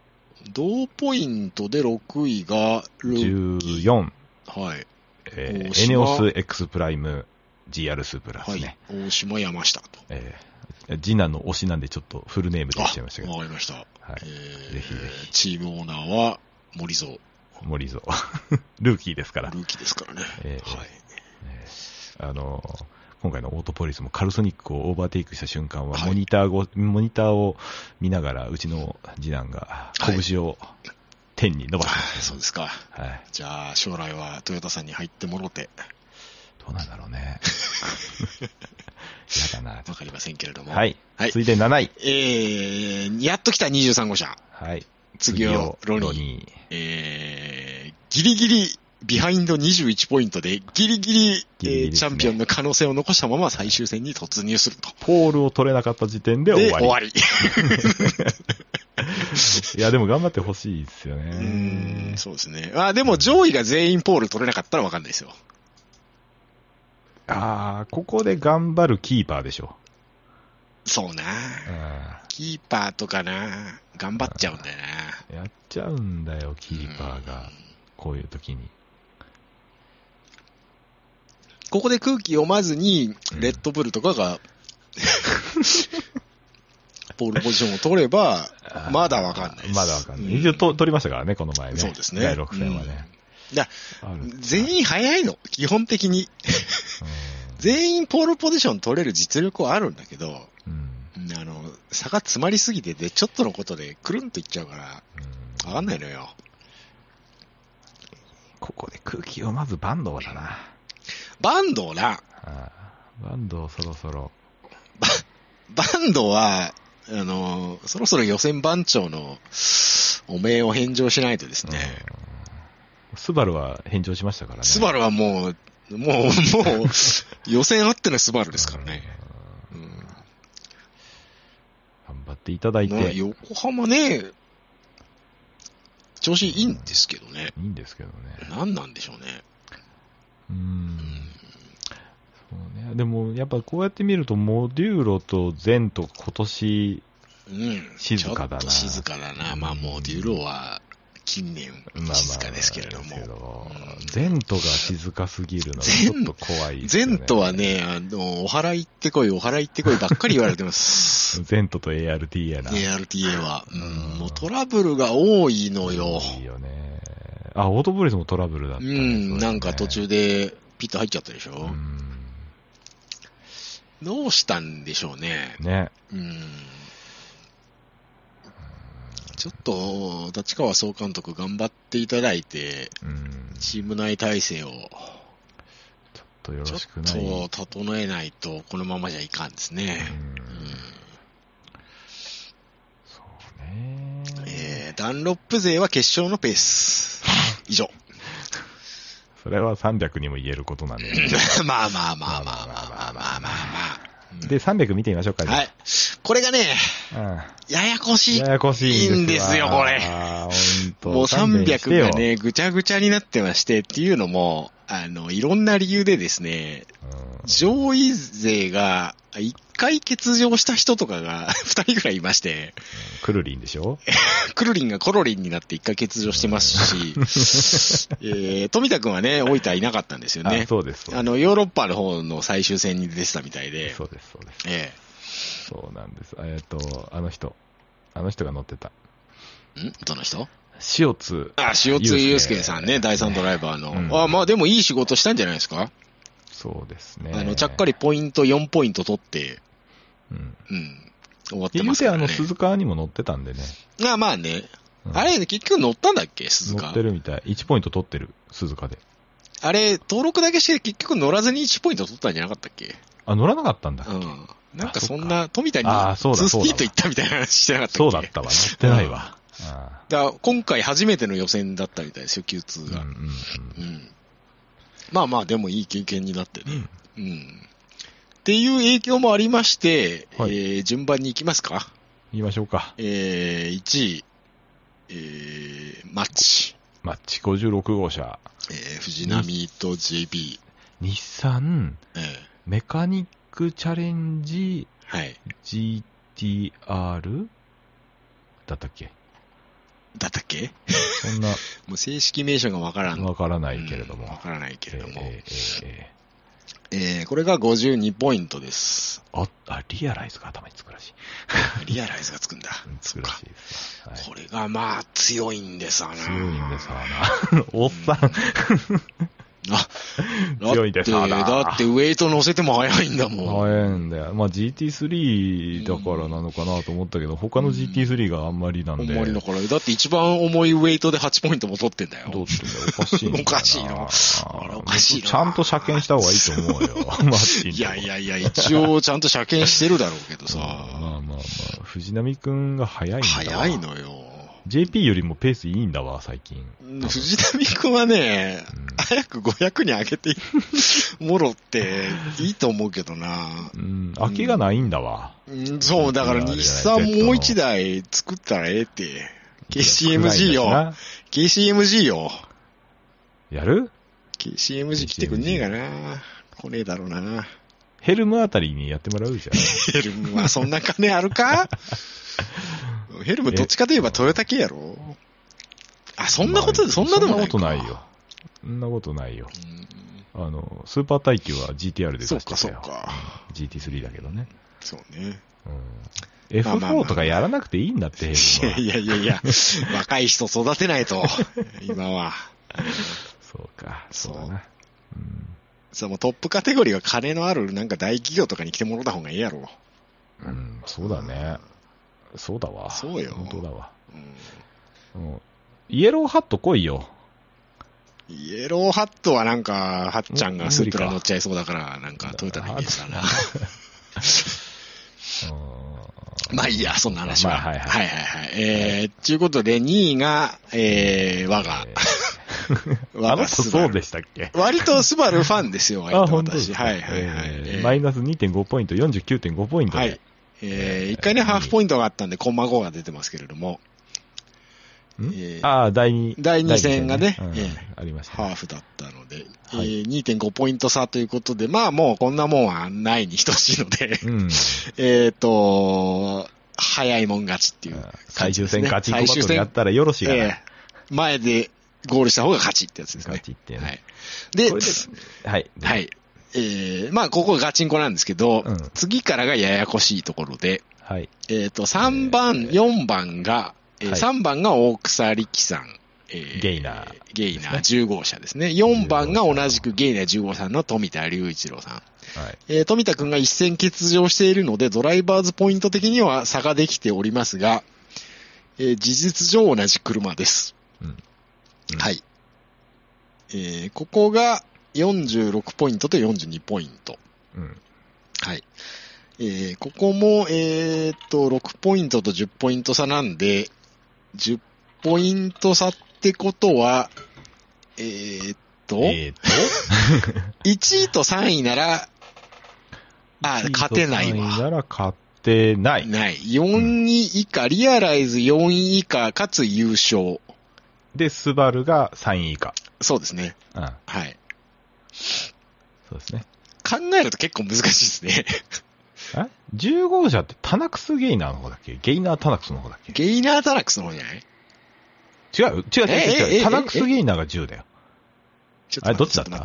同ポイントでろくいがルーキー。 じゅうよん。 はい。 えー、エネオス X プライム ジーアール スープラですね。 はい。大島山下と。 えー、次男の推しなんでちょっとフルネームで言っちゃいましたけど。 わかりました。 はい。えー、ぜひぜひ。チームオーナーは森蔵。 森蔵。ルーキーですから。 ルーキーですからね。えー、はい。 えー、あの、今回のオートポリスもカルソニックをオーバーテイクした瞬間は、モニターを、はい、モニターを見ながら、うちの次男が拳を天に伸ばして、 はい、そうですか。はい。じゃあ、将来はトヨタさんに入ってもろて。 どうなんだろうね。やだな。 わかりませんけれども。 はい。はい、続いてなない。 えー、やっと来たにじゅうさん号車。 はい。 次をロニー。ロニーえー、ギリギリ、ビハインドにじゅういちポイントで、ギリギリ、ギリギリ、ね、チャンピオンの可能性を残したまま最終戦に突入すると。 ポールを取れなかった時点で終わり。 終わり。 いや、でも頑張ってほしいですよね。 うーん、そうですね。あ、でも上位が全員ポール取れなかったらわかんないですよ。 ああ、ここで頑張るキーパーでしょ。 そうな。キーパーとかな、頑張っちゃうんだよな。やっちゃうんだよ、キーパーが。こういう時に。 ここで空気読まずに、レッドブルとかが、うん、ポールポジションを取れば、まだわかんないです。 まだわかんない。一応と取りましたからね、この前ね。 そうですね。 だいろく戦はね。 うん、だ全員早いの、基本的に。全員ポールポジション取れる実力はあるんだけど、うん、あの、差が詰まりすぎてて、ちょっとのことでくるんといっちゃうから、わかんないのよ。 ここで空気をまずバンドだな。 バンドな。 ああ、バンドそろそろ。 バ、バンドは、あの、そろそろ予選番長のお名を返上しないとですね。 スバルは返上しましたからね。 スバルはもう、もう、もう、予選あってのスバルですからね。うん、 頑張っていただいて。 横浜ね、調子いいんですけどね。 いいんですけどね。 何なんでしょうね。 うーん。そうね。でも、やっぱこうやって見ると、モデューロとゼント今年、 うん、 静かだな。 ちょっと静かだな。まあ、モデューロは、近年、静かですけれども。まあまあうん、ゼントが静かすぎるのはちょっと怖いですね。ゼントはね、あの、お払い行ってこい、お払い行ってこいばっかり言われてます。 ゼントと エーアールティーエー な。 エーアールティーエー は、うん、もうトラブルが多いのよ。 いいよね。あ、オートポリスもトラブルだった、ね。 うん、ね、なんか途中でピッと入っちゃったでしょ。うん、どうしたんでしょうね。 ね。 うん。ちょっと、立川総監督頑張っていただいて、うん、チーム内体制を、ちょっとよろしくない。 ちょっと整えないと、このままじゃいかんですね。うんうん、 そうね。 えー、ダンロップ勢は決勝のペース。以上。 それはさんびゃくにも言えることなんで。 まあまあまあまあまあまあまあまあまあ。 で、さんびゃく見てみましょうか。 はい。これがね、うん、ややこしい。 ややこしいんですよ、これ。 ああ、 もうさんびゃくがね、ぐちゃぐちゃになってまして、っていうのも、あの、いろんな理由でですね、うん、上位勢が、いっかい欠場した人とかがふたりぐらいいまして。 うん、クルリンでしょクルリンがコロリンになっていっかい欠場してますし、えー、富田くんはね、大分いなかったんですよね。 あ、そうです。 あの、ヨーロッパの方の最終戦に出てたみたいで。 そうです、そうです。 ええー、そうなんです。えっ、ー、と、あの人、あの人が乗ってた。 んどの人塩津。 あ、塩津祐介さんね、だいさんドライバーの。うん、あ、まあでもいい仕事したんじゃないですか。 そうですね。 あの、ちゃっかりポイントよんポイント取って、うん。うん。終わってますからね。 言うてあの、鈴川にも乗ってたんでね。 ああ、まあね。うん、あれ、結局乗ったんだっけ鈴川。 乗ってるみたい。いちポイント取ってる、鈴川で。 あれ、登録だけして結局乗らずにいちポイント取ったんじゃなかったっけ。 あ、乗らなかったんだっけ。うん。 なんかそんな、富田にツースピード行ったみたいな話してなかったっけ。 そうだったわ、乗ってないわ。 うん、あだから今回初めての予選だったみたいですよ、キューツー が。うんうんうんうん、まあまあ、でもいい経験になってね。うん。うん、っていう影響もありまして、はい、えー、順番に行きますか。 行きましょうか。 えー、いちい、えー、マッチ。 マッチごじゅうろく号車。 えー、藤波と ジェイビー。日産、えー、メカニックチャレンジ、 はい、 ジーティーアール だったっけだったっけそんな。 もう正式名称がわからん。 わからないけれども。 わ、うん、からないけれども。 えー、えー、 えー、 これがごじゅうにポイントです。 あ、あリアライズが頭につくらしい。 リアライズがつくんだ。 つくらしいです。 はい、これがまあ強いんですわな。 強いんですわな。おっさん。 あ、 強いですわな。 だってウェイト乗せても速いんだもん。 速いんだよ。まあ ジーティースリー だからなのかなと思ったけど、他の ジーティースリー があんまりなんで。 あんまりだから、だって一番重いウェイトではちポイントも取ってんだよ。 どうってんだよ。おかしいな。 おかしいな。あれおかしいな。 ちゃんと車検した方がいいと思うよ。マッチン。 いやいやいや、一応ちゃんと車検してるだろうけどさ。まあまあまあ、藤波くんが速いんだわ。 速いのよ。 ジェーピー よりもペースいいんだわ、最近。 藤波くんはね、うん、早くごひゃくに上げてもろっていいと思うけどな。 うん、空きがないんだわ。 うん、そう、だから日産もう一台作ったらええって。ケーシーエムジー よ。ケーシーエムジー よ。 やる ?ケーシーエムジー 来てくんねえかな。来ねえだろうな。 ヘルムあたりにやってもらうじゃん。 ヘルムはそんな金あるかヘルムどっちかといえばトヨタ系やろ。あ、そんなことで、そんなでもないか。 そんなことないよ。そんなことないよ。うん、あの、スーパー耐久は ジーティーアール で出してたよ。 そうか、そうか。 ジーティースリー だけどね。 そうね。 うん、エフフォー とかやらなくていいんだって、ヘルムは。 いやいやいや、若い人育てないと、今は。 そうか、そうだな。うん、 そう、もうトップカテゴリーは金のあるなんか大企業とかに来てもらった方がいいやろ。 うん、そうだね。そうだわ。 そうよ。 本当だわ。うん、イエローハット来いよ。 イエローハットはなんか、ハッちゃんがスープラ乗っちゃいそうだから、なんかトヨタのイメージだな。まあいいや、そんな話は。まあ、はいはいはい。はいはいはい。えー、ということで、にいが、えー、我が。 我がスバル。あの子そうでしたっけ？ 割とスバルファンですよ、割と私。あ、本当ですか。 はいはいはい。 えー、マイナス にてんご ポイント、よんじゅうきゅうてんご ポイントで。はい。 えー、一回ね、ハーフポイントがあったんで、コンマごが出てますけれども。 えー、ああ、第二。 第二戦がね、 うん、 えー、 ありました、 ね。ハーフだったので、はい、えー、にてんご ポイント差ということで、まあもうこんなもんはないに等しいので、うん、えっと、早いもん勝ちっていう、ね、 最終戦勝ちコバトルやったらよろしいがな、えー、前でゴールした方が勝ちってやつですね。 勝ちってね。 はい。で、 ではい。 はい。えー、まあここがガチンコなんですけど、うん、次からがややこしいところで、 はい。 えっ、ー、と、さんばん、えー、よんばんが、えーはい、さんばんが大草力さん、 えー、ゲイナー、ね。 ゲイナーじゅう号車ですね。よんばんが同じくゲイナーじゅう号車の富田隆一郎さん。はい、えー、富田くんが一戦欠場しているので、ドライバーズポイント的には差ができておりますが、えー、事実上同じ車です。 うんうん、 はい。えー、ここがよんじゅうろくポイントとよんじゅうにポイント。 うん、 はい。えー、ここも、えー、っと、ろくポイントとじゅっポイント差なんで、じゅっポイント差ってことは、えー、っと、 えー、っといちいとさんいなら、あ、勝てないわ。 いちいとさんいなら勝てない。 ない。よんい以下、うん、リアライズよんい以下、かつ優勝。 で、スバルがさんい以下。 そうですね。 うん。 はい。 そうですね。 考えると結構難しいですね。 え ?じゅう 号車ってタナクスゲイナーの方だっけ？ゲイナータナクスの方だっけ？ ゲイナータナクスの方じゃない？ 違う、違う、違う、違う。タナクスゲイナーがじゅうだよ。 ちょっとあれ、どっちだった？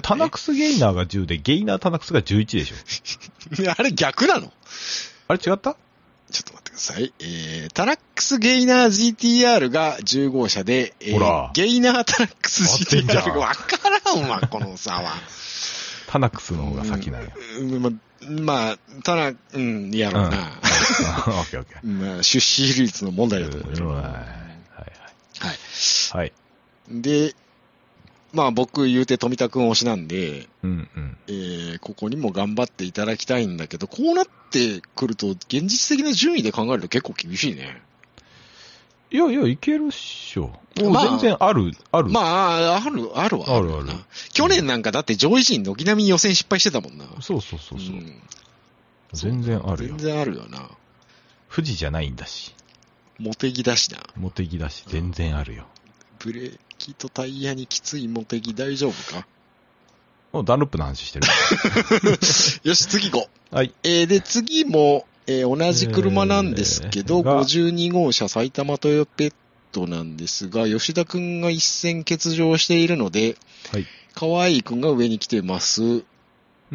タナクスゲイナーがじゅうで、ゲイナータナクスがじゅういちでしょ。 あれ逆なの？ あれ違った？ ちょっと待ってください。えー、タナックスゲイナー ジーティーアール がじゅう号車で、えー、 ほらゲイナータナックス ジーティーアール がわからんわ、この差は。 タナックスの方が先なんよ。 うん、ま、まあ、タナ、うん、やろうな。うん、オッケーオッケー。 まあ、出資比率の問題だと思うけど。はい、はい。はい。 はい。 で、まあ僕言うて富田くん推しなんで、 うんうん、 えー、ここにも頑張っていただきたいんだけど、こうなってくると、現実的な順位で考えると結構厳しいね。 いやいや、いけるっしょ。まあ、全然ある、ある。 まあ、ある、あるわ。 あるある。 去年なんかだって上位陣軒並み予選失敗してたもんな。 そうそうそうそう、うん。全然あるよ。 全然あるよな。 富士じゃないんだし。 モテギだしな。 モテギだし、全然あるよ。 ブレーキとタイヤにきついモテギ大丈夫か？ もうダンロップの話してる。 よし、次行こう。はい。 えー、で、次も、えー、同じ車なんですけど、えー、ごじゅうに号車埼玉トヨペットなんですが、吉田くんが一戦欠場しているので、 はい。 河合くんが上に来てます。 うん。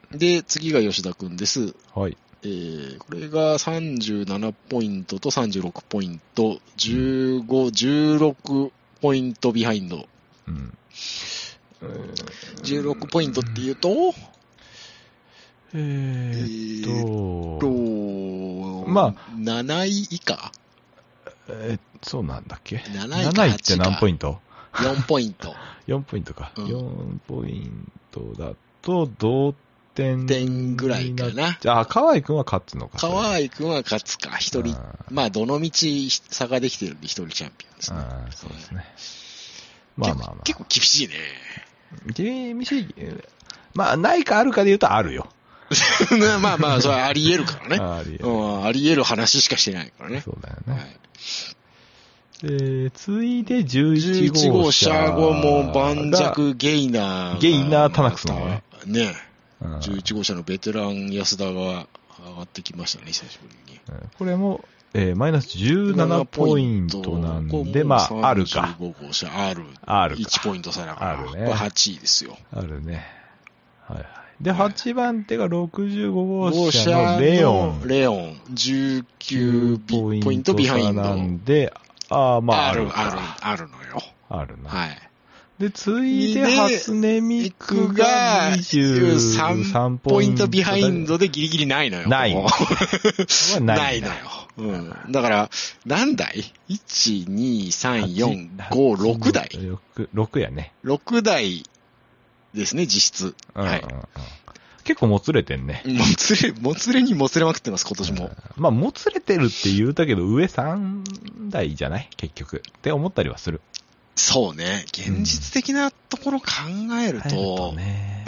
で、次が吉田くんです。 はい。 えー、これがさんじゅうななポイントとさんじゅうろくポイント、じゅうご、じゅうろくポイントビハインド。うん。じゅうろくポイントって言うと、 えーっと、 えー、とまあ、なない以下えー、そうなんだっけ ?なない かはちか。なないって何ポイント ?よん ポイント。 よんポイントか。うん、よんポイントだと、同点。 点ぐらいかな。 じゃあ、河合くんは勝つのか。 河合くんは勝つか。一人。まあ、どの道差ができてるんで一人チャンピオンですね。 あそうですね。まあまあまあ。 結構厳しいね。 厳しい。まあ、ないかあるかで言うとあるよ。 まあまあ、それはあり得るからね。あり得る、うん、あり得る話しかしてないからね。 そうだよね。はいで、次いでじゅういち号車。 じゅういち号車後も盤石ゲイナー。 ゲイナータナックスのね。ね。じゅういち号車のベテラン安田が上がってきましたね、久しぶりに。 これも、えー、マイナスじゅうななポイントなんで、まあ、あるか。 じゅうご号車、ある。 あるか。 いちポイント差だから。 あるね。 これはちいですよ。 あるね。はいはい。で、はちばん手がろくじゅうご号車のレオン。 レオン。じゅうきゅうポイントビハインド。 なんで、ああ、まあ、 ある、ある、あるのよ。 あるな。 はい。 で、次いで、初音ミクがにじゅうさんポイントビハインドでギリギリないのよ。 ない。 ないのよ。うん。だから、何台 ?いち、に、さん、よん、ご、ろく 台 ?ろく、ろくやね。 ろく台ですね、実質。はい。 結構もつれてんね。 もつれ、もつれにもつれまくってます、今年も。 まあ、もつれてるって言うたけど、上さん台じゃない結局。って思ったりはする。 そうね。現実的なところ考えると。 うん、ね。 うん。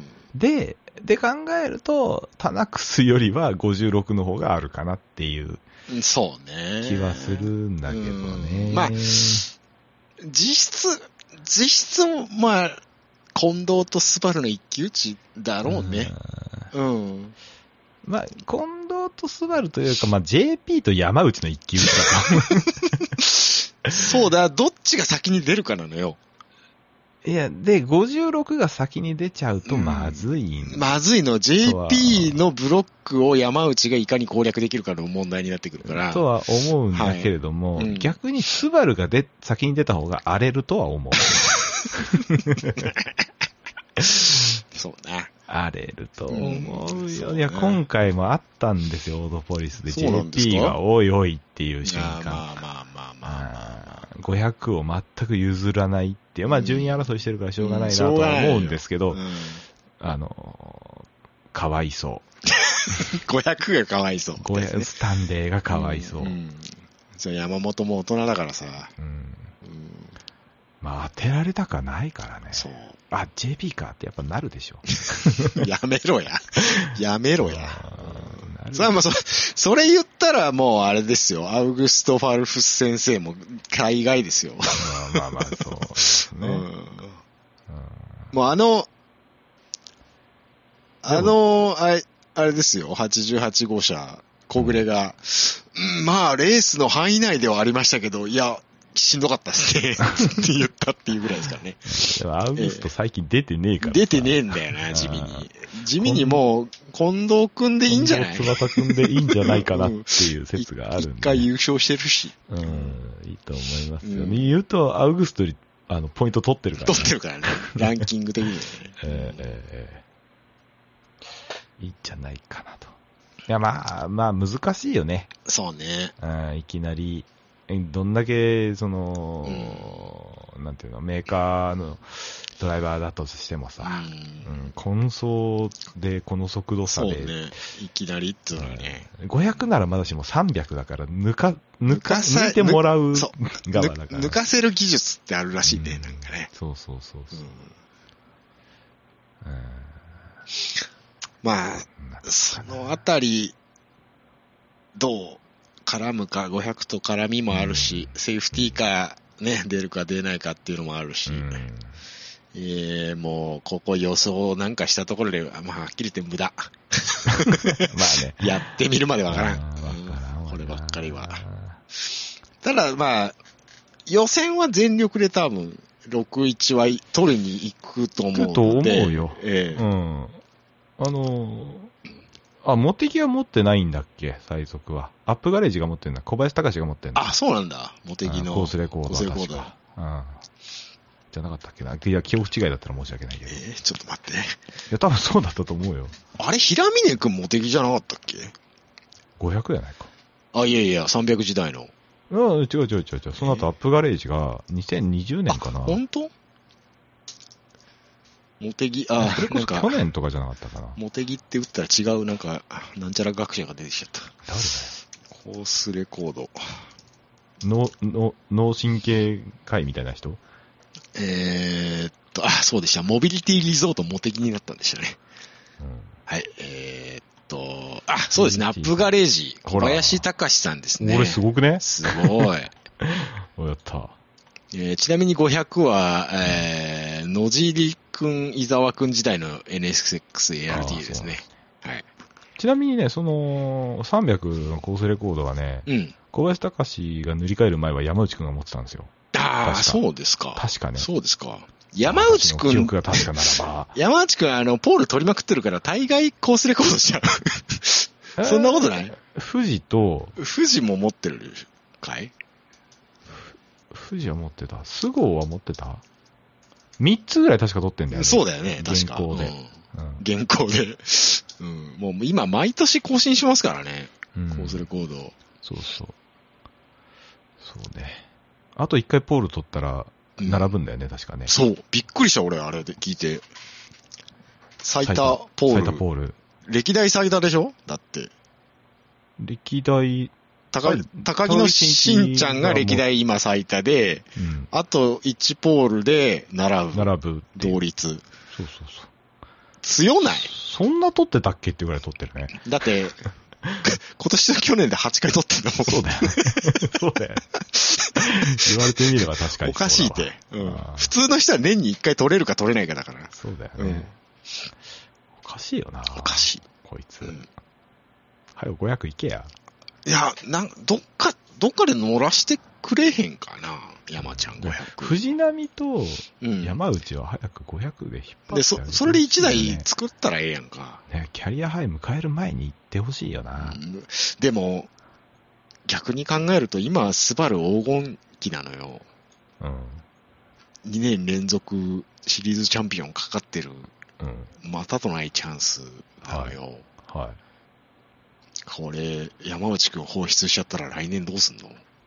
で、で考えると、タナックスよりはごじゅうろくの方があるかなっていう。 そうね。 気はするんだけどね。 まあ、実質、実質を、まあ、近藤とスバルの一騎打ちだろうね。うん。うん、 まあ、近藤とスバルというか、まあ、ジェーピー と山内の一騎打ちだと。そうだ、どっちが先に出るかなのよ。 いや、で、ごじゅうろくが先に出ちゃうとまずいん、 うん、まずいの。ジェーピー のブロックを山内がいかに攻略できるかの問題になってくるから。 とは思うんだけれども、はいうん、逆にスバルがで先に出た方が荒れるとは思う。 そうな。 荒れると思うよ。うん、いや、今回もあったんですよ、オードポリスで。ジェーピー がおいおいっていう瞬間。 まあまあまあまあまあ、まあ。 ごひゃくを全く譲らないっていう。まあ、順位争いしてるからしょうがないなとは思うんですけど、うんうん、あの、かわいそう。 ごひゃくがかわいそう、 ね。スタンレーがかわいそう。うんうん、 じゃあ山本も大人だからさ。うんうん、 まあ当てられたかないからね。 そう。 あ、ジェーピー かってやっぱなるでしょ。 やめろや。やめろや。それまあそ、それ言ったらもうあれですよ。アウグスト・ファルフス先生も海外ですよ。 まあまあそうですね。うん、 もうあの、あの、あれ、あれですよ。はちじゅうはち号車、小暮が、うん、まあレースの範囲内ではありましたけど、いや、しんどかったですね。って言ったっていうぐらいですからね。 でもアウグスト最近出てねえから、 えー。出てねえんだよな、地味に。地味にもう、近藤くんでいいんじゃない？ 翼くんでいいんじゃないかなっていう説があるんで。 一回優勝してるし。 うん、いいと思いますよね。うん、言うと、アウグストより、あの、ポイント取ってるからね。取ってるからね。ランキング的にはね。 えーえー、いいんじゃないかなと。いや、まあ、まあ、難しいよね。 そうね。 うん、いきなり。どんだけ、その、うん、なんていうの、メーカーのドライバーだとしてもさ、うんうん、混走でこの速度差で。そうね。いきなりっていうのはね。 ごひゃくならまだしもさんびゃくだから、抜か、抜か、抜いてもらう側だから。 抜かせる技術ってあるらしいね、うん、なんかね。 そうそうそうそう。うんうん、 まあ、そのあたり、どう絡むか、ごひゃくと絡みもあるし、うん、セーフティーカーね、出るか出ないかっていうのもあるし、うん、えー、もう、ここ予想なんかしたところで、まあ、はっきり言って無駄。まあね。 やってみるまでわからん。うん、こればっかりは。ただ、まあ、予選は全力で多分、ろくいちは取りに行くと思うので。 行くと思うよ。 ええー。 うん。 あのー、あ、モテギは持ってないんだっけ、最速は。アップガレージが持ってるんだ。小林隆が持ってるんだ。 あ、そうなんだ。モテギの。 コースレコード。 コースレコード。 うん。じゃなかったっけな。いや、記憶違いだったら申し訳ないけど。 えー、ちょっと待って。いや、多分そうだったと思うよ。 あれ、平峰くんモテギじゃなかったっけ ? ごひゃく やないか。 あ、いやいや、さんびゃく時代の。 うん、違う違う違う違う。その後アップガレージがにせんにじゅうねんかな。 ほんとモテギ、あ、 なんか。去年とかじゃなかったかな。 モテギって打ったら違う、なんか、なんちゃら学者が出てきちゃった。 誰だよ。コースレコード。 脳、脳、脳神経科医みたいな人えーっと、あ、そうでした。モビリティリゾートモテギになったんでしたね。うん、はい、えーっと、あ、そうですね。アップガレージ。小林隆さんですね。 俺すごくねすごい。 おやった。 えー、ちなみにごひゃくは、えー、野尻くん、伊沢くん時代の エヌエスエックスエーアールティー ですね。はい。 ちなみにね、その、さんびゃくのコースレコードはね、うん、小林隆が塗り替える前は山内くんが持ってたんですよ。 ああ、そうですか。 確かね。 そうですか。山内くん。 記憶が確かならば。 山内くん、あの、ポール取りまくってるから、大概コースレコードしちゃう。そんなことない？ 富士と、 富士も持ってるかい？ 富士は持ってた。菅生は持ってた？みっつぐらい確か取ってんだよね。 そうだよね、確か。 現行で。 うん、現行で。うん。もう今、毎年更新しますからね。うん、コースレコード。 そうそう。そうね。あと一回ポール取ったら、並ぶんだよね、うん、確かね。 そう。びっくりした、俺、あれで聞いて。最多ポール。 最多ポール。 歴代最多でしょ？だって。 歴代、 高高木のしんちゃんが歴代今最多で、うん、あといちポールで並ぶ。 並ぶ。 同率。 そうそうそう。 強ない？ そんな取ってたっけっていうぐらい取ってるね。 だって、今年と去年ではちかい取ってんだもん。 そうだよね。そうだよね。言われてみれば確かに。 おかしいって。うん。普通の人は年にいっかい取れるか取れないかだから。 そうだよね。うん、おかしいよな。 おかしい。 こいつ。うん、はよごひゃくいけや。 いや、なん、どっか、どっかで乗らしてくれへんかな、山ちゃんごひゃく。 藤波と山内は早くごひゃくで引っ張って、ね、 で、そ、それでいちだい作ったらええやんか。 ね、キャリアハイ迎える前に行ってほしいよな、うん。 でも、逆に考えると今、スバル黄金期なのよ。うん。にねん連続シリーズチャンピオンかかってる。うん。またとないチャンスなのよ。はい。はい、これ、山内くん放出しちゃったら来年どうすんの？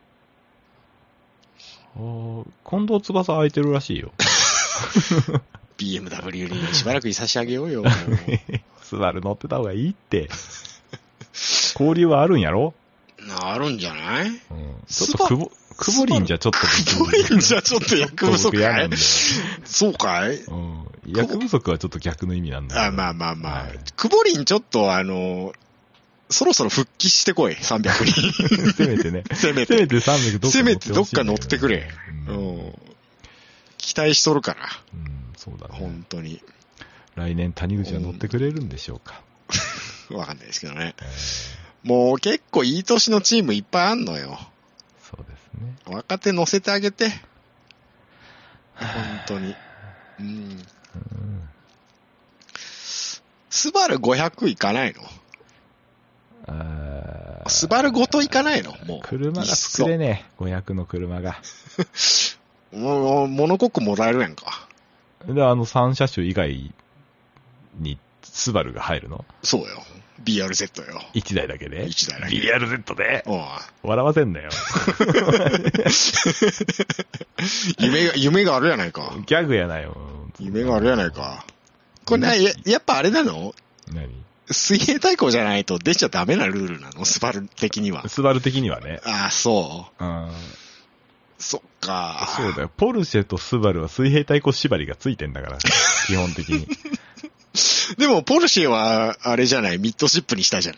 あ近藤翼空いてるらしいよ。 ビーエムダブリュー にしばらくいさしあげようよ。 スバル乗ってた方がいいって。交流はあるんやろ？ あるんじゃない？うん、 ちょっとくぼ、くぼりんじゃちょっと。 くぼりんじゃちょっと役不足かい？そうかい？うん。 役不足はちょっと逆の意味なんだけど。 あ、まあまあまあ。はい、くぼりんちょっとあの、そろそろ復帰してこい、さんびゃくに。 せめてね。 せめて。 せめてさんびゃくどっか乗ってほしい、ね。 せめてどっか乗ってくれ。うん。期待しとるから。 うん、そうだね。 本当に。 来年谷口は乗ってくれるんでしょうか。 わかんないですけどね。えーもう結構いい年のチームいっぱいあんのよ。 そうですね。 若手乗せてあげて。本当に。うん。うん、スバルごひゃくいかないの？あスバルごといかないの？もう。 車が作れねえ。ごひゃくの車が。 もう、モノコックもらえるやんか。 で、あのさん車種以外にスバルが入るの？ そうよ。ビーアールゼット よ。 いちだいだけで ?いち台だけで。 ビーアールゼット でうん。 笑わせんなよ。 夢が、夢があるやないか。 ギャグやないよ。 夢があるやないか。これな、や、やっぱあれなの？ 何？ 水平対向じゃないと出ちゃダメなルールなの？スバル的には。 スバル的にはね。 ああ、そう。うん。 そっか。 そうだよ。ポルシェとスバルは水平対向縛りがついてんだから。基本的に。 でも、ポルシェは、あれじゃない、ミッドシップにしたじゃない。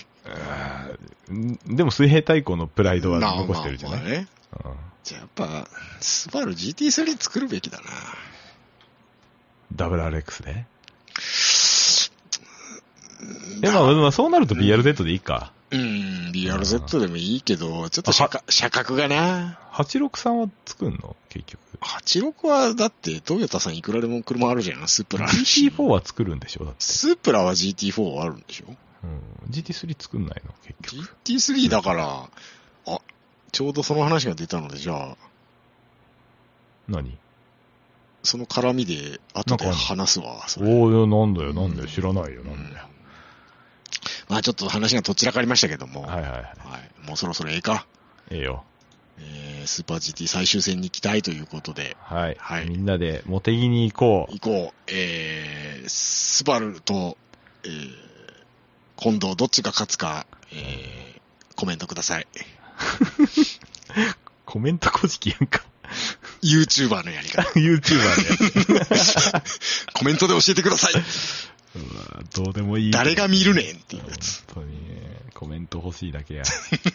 でも、水平対向のプライドは残してるじゃない。まあまあね。 うん、じゃあ、やっぱ、スバル ジーティースリー 作るべきだな。 ダブルアールエックス でで、まあ、まあ、そうなると ビーアールゼット でいいか。 うん、 ビーアールゼット でもいいけど、ちょっと車格車格がな。 はちろくさんは作んの結局。 はちろくはだってトヨタさんいくらでも車あるじゃん、スープラ。 ジーティーフォー は作るんでしょだって。 スープラは ジーティーフォー はあるんでしょ。 うん。ジーティースリー 作んないの結局。 ジーティースリー だから、あ、ちょうどその話が出たので、じゃあ。 何その絡みで後で話すわ。 おー、なんだよ、なんだよ、知らないよ、なんだよ。 まあちょっと話がとっちらかりましたけども。 はいはいはい。 はい、もうそろそろええか。 ええよ。 えー、スーパー ジーティー 最終戦に行きたいということで。 はい。はい。みんなでモテギに行こう。 行こう。えー、スバルと、えー、今度どっちが勝つか、えー、コメントください。 コメント古事記やんか。 YouTuber のやり方。 YouTuber のやつ。 コメントで教えてください。 うわどうでもいい。 誰が見るねんっていうやつ。 本当に、コメント欲しいだけや。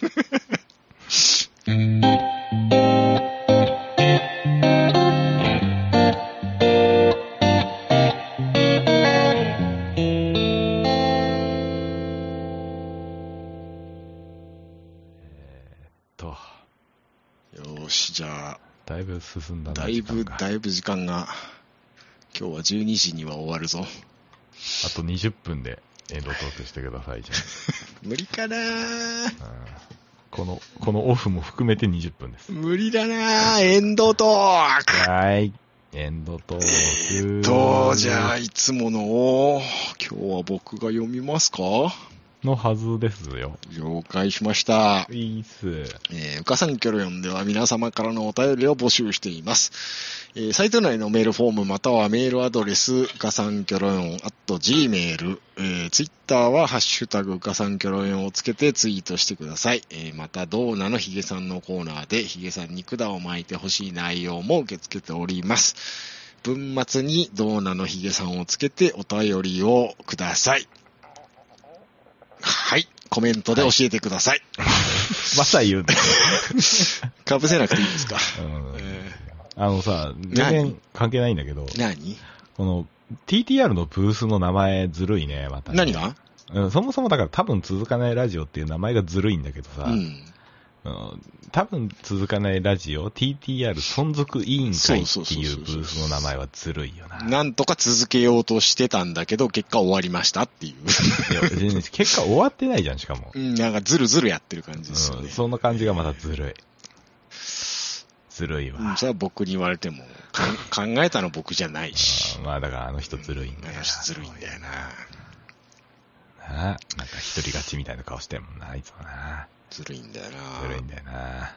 よし、じゃあ。 だいぶ進んだな。 だいぶ、だいぶ時間が。今日はじゅうにじには終わるぞ。 あとにじゅっぷんでエンドトークしてください、じゃあ。無理かなぁ。 この、このオフも含めてにじゅっぷんです。 無理だなぁ、エンドトーク。 はい。エンドトーク。 えーっと、じゃあ、いつもの、今日は僕が読みますかのはずですよ。 了解しました。 いいっす。 えー、うかさんキョロヨンでは皆様からのお便りを募集しています。えー、サイト内のメールフォームまたはメールアドレス、うかさんキョロヨン アットジーメール、えー、ツイッターはハッシュタグうかさんキョロヨンをつけてツイートしてください。えー、また、ドーナのヒゲさんのコーナーでヒゲさんに管を巻いてほしい内容も受け付けております。文末にドーナのヒゲさんをつけてお便りをください。はい。コメントで教えてください。はい、 また言うんだ。 かぶせなくていいですか。 うんえー、あのさ、全然関係ないんだけど。 何この ティーティーアール のブースの名前ずるいね、また、ね。 何が、 うん、そもそもだから多分続かないラジオっていう名前がずるいんだけどさ。 うんうん、多分続かないラジオ ティーティーアール 存続委員会っていうブースの名前はずるいよな。 なんとか続けようとしてたんだけど結果終わりましたっていう。 いや全然結果終わってないじゃんしかも。 うん、なんかずるずるやってる感じですよね。 うん、そんな感じがまたずるい。ずるいわ。 うん、それは僕に言われても考えたの僕じゃないし。 あまあだからあの人ずるいんだよな。 あの人ずるいんだよな。 なあ、なんか一人勝ちみたいな顔してるもんな、あいつはな。 ずるいんだよな。 ずるいんだよな。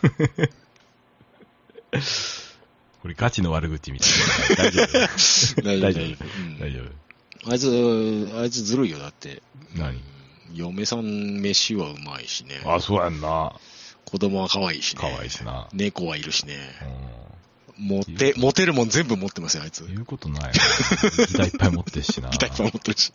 これガチの悪口みたいな。大丈夫大丈夫。大丈夫。 うん、大丈夫。あいつ、あいつずるいよ、だって。 何？ 嫁さん飯はうまいしね。 あ、そうやんな。 子供は可愛いしね。 可愛いしな。 猫はいるしね。うん、モテ、モテるもん全部持ってますよ、あいつ。 言うことない。ギターいっぱい持ってるしな。 ギターいっぱい持ってるし。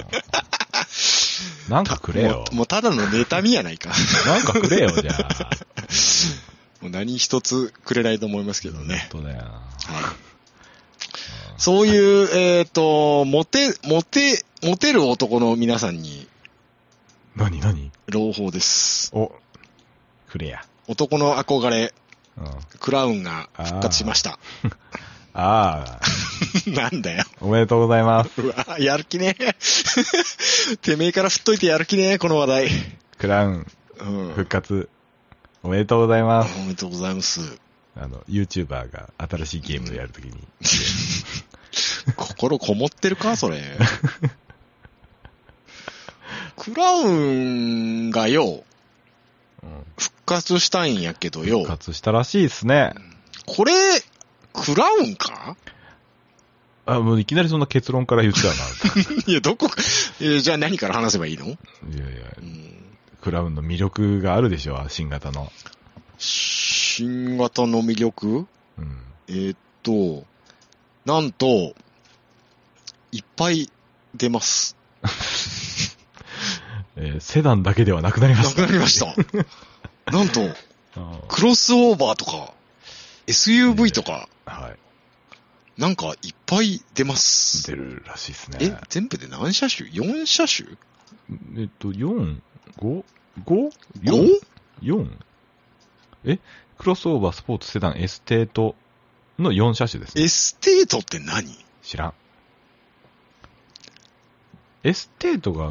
なんかくれよ。 もう、もうただの妬みやないか。 なんかくれよ、じゃあ。 もう何一つくれないと思いますけどね。 本当だよな。はい。 そういう、えっと、モテ、モテ、モテる男の皆さんに。 何何朗報です。 お、くれや。 男の憧れ、 うん、 クラウンが復活しました。 ああ。 なんだよ。 おめでとうございます。 うわ、やる気ねえ。てめえから振っといてやる気ねえ、この話題。 クラウン、復活、うん、おめでとうございます。 おめでとうございます。 あの、YouTuber が新しいゲームをやるときに。 心こもってるか、それ。クラウンがよ、うん、復活したんやけどよ。 復活したらしいですね。 これ、クラウンか？ あ、もういきなりそんな結論から言っちゃうな。 いや、どこか、えー、じゃあ何から話せばいいの？いやいや、うん、クラウンの魅力があるでしょ、新型の。 新型の魅力？ うん、 えー、っと、なんと、いっぱい出ます。 えー、セダンだけではなくなりました。 なくなりました。なんと、クロスオーバーとか、エスユーブイ とか、 えー、はい。 なんかいっぱい出ます。 出るらしいですね。 え、全部で何車種 ?よん 車種えっと、よん、ご、 ご? ご? よん? えクロスオーバースポーツセダンエステートのよん車種ですね。 エステートって何？ 知らん。エステートが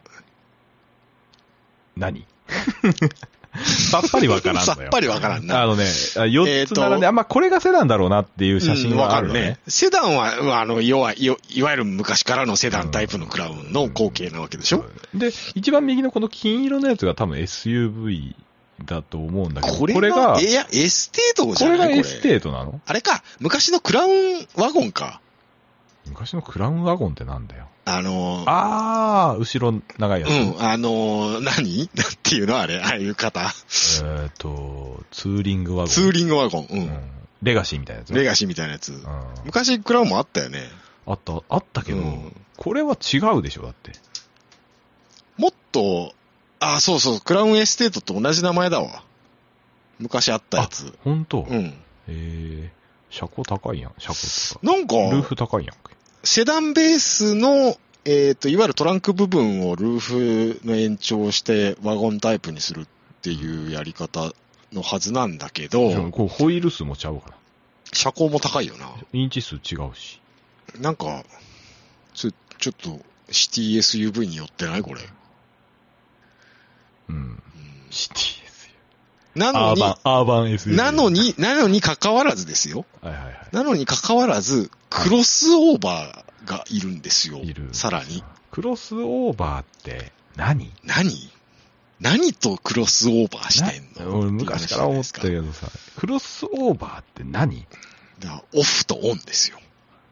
何さっぱりわからんのよ。 さっぱりわからんな。 あのね、よっつ並んで、あんまこれがセダンだろうなっていう写真はあるのね。うん、ね。 セダンは、あの、要は、いわゆる昔からのセダンタイプのクラウンの後継なわけでしょ、 うん、で、一番右のこの金色のやつが多分 エスユーブイ だと思うんだけど、 これが、これがいや、エステートじゃない？ これがエステートなの？ あれか、昔のクラウンワゴンか。 昔のクラウンワゴンってなんだよ。 あのー、 あー、後ろ長いやつ。 うん、あのー、何なんていうのあれ、ああいう方。えーと、ツーリングワゴン。 ツーリングワゴン、うん。うん、 レガシーみたいなやつ。 レガシーみたいなやつ。うん、昔クラウンもあったよね。 あった、あったけど、うん、これは違うでしょ、だって。 もっと、あ、そうそう、クラウンエステートと同じ名前だわ。昔あったやつ。 ほんと？ うん。 へー。車高高いやん、車高とか。 なんか、 ルーフ高いやん。 セダンベースの、えっと、いわゆるトランク部分をルーフの延長してワゴンタイプにするっていうやり方のはずなんだけど、 こうホイール数もちゃうから。 車高も高いよな。 インチ数違うし。 なんか、ちょ、ちょっと、シティ エスユーブイ によってないこれ。 うん。うん、シティ エスユーブイ。 なのに、 アーバン、アーバン エスユーブイ。 なのに、なのに関わらずですよ。 はいはいはい。 なのに関わらず、クロスオーバーがいるんですよ。 いる。 さらに。 クロスオーバーって何？ 何何とクロスオーバーしてんの？ 俺昔から思ったけどさ、クロスオーバーって何？ だからオフとオンですよ。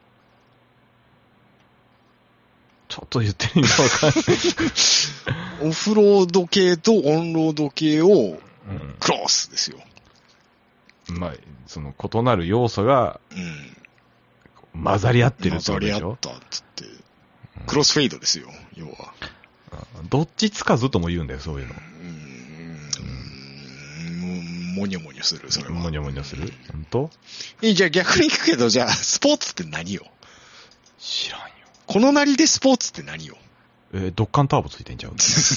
ちょっと言ってみようか。 オフロード系とオンロード系をクロスですよ。 うん、まあ、その異なる要素が、うん混ざり合ってるってことでしょ？混ざり合ったっつって。 クロスフェイドですよ、要は。 どっちつかずとも言うんだよ、そういうの。うーん。もにょもにょする、それは。 もにょもにょする？ほんと？ え、じゃあ逆に聞くけど、じゃあ、スポーツって何よ？ 知らんよ。 このなりでスポーツって何よ？ えー、ドッカンターボついてんちゃう？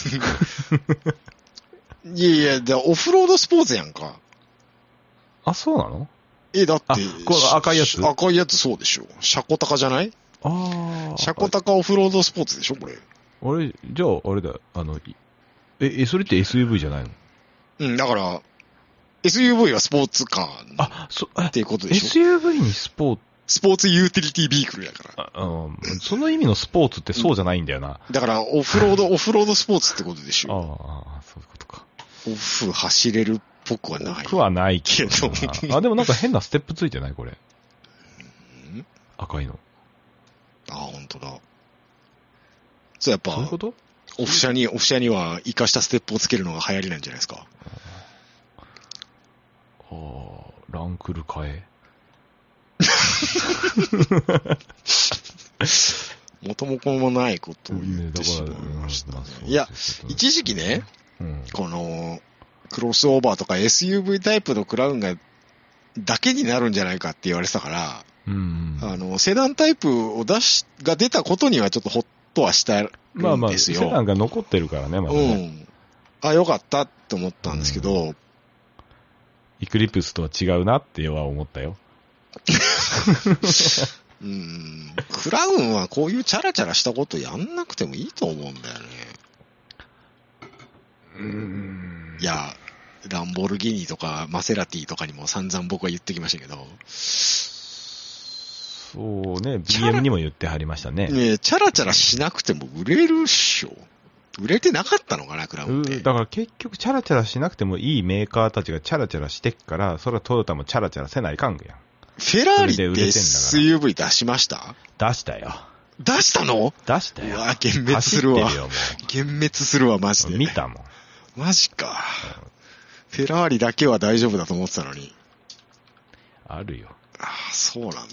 いやいや、でオフロードスポーツやんか。 あ、そうなの？ え、だって、 この赤いやつ赤いやつそうでしょ。車高高じゃない？ ああ。 車高高オフロードスポーツでしょ、これ。 あれ、じゃあ、あれだ、あの、え、え、それって エスユーブイ じゃないの？ うん、だから、エスユーブイ はスポーツカー。 あ、そ、 っていうことでしょ。 エスユーブイ にスポーツスポーツユーティリティビークルやから。 あ、うん、その意味のスポーツってそうじゃないんだよな。 だから、オフロード、オフロードスポーツってことでしょ。 ああ、そういうことか。 オフ走れるっぽくはない。 僕はないけど。あ、でもなんか変なステップついてないこれ。 ん赤いの。 あ、本当だ。そう、やっぱ、 そういうこと？ オフ車に、オフ車には活かしたステップをつけるのが流行りなんじゃないですか。 ああ、ランクル変え。 元も子もないことを言ってしまいましたね。いや、一時期ね、うん、この、クロスオーバーとか エスユーブイ タイプのクラウンが、だけになるんじゃないかって言われてたから、うんうん、あの、セダンタイプを出し、が出たことにはちょっとほっとはしたんですよ。まあまあ、セダンが残ってるからね、まだね。 うん。あ、よかったって思ったんですけど、うん、 イクリプスとは違うなっては思ったよ。 うん、クラウンはこういうチャラチャラしたことやんなくてもいいと思うんだよね。うーん。いや、ランボルギーニとかマセラティとかにも散々僕は言ってきましたけど。 そうね、ビーエム にも言ってはりましたね。 ねえ、チャラチャラしなくても売れるっしょ。売れてなかったのかな、クラウンって。 だから結局チャラチャラしなくてもいいメーカーたちがチャラチャラしてっから、それはトヨタもチャラチャラせないかんやん。 フェラーリって エスユーブイ 出しました？ 出したよ。 出したの？ 出したよ。 うわ、幻滅するわ。幻滅するわ、マジで。 見たもん。 マジか。うん、フェラーリだけは大丈夫だと思ってたのに。 あるよ。 ああ、そうなんだ。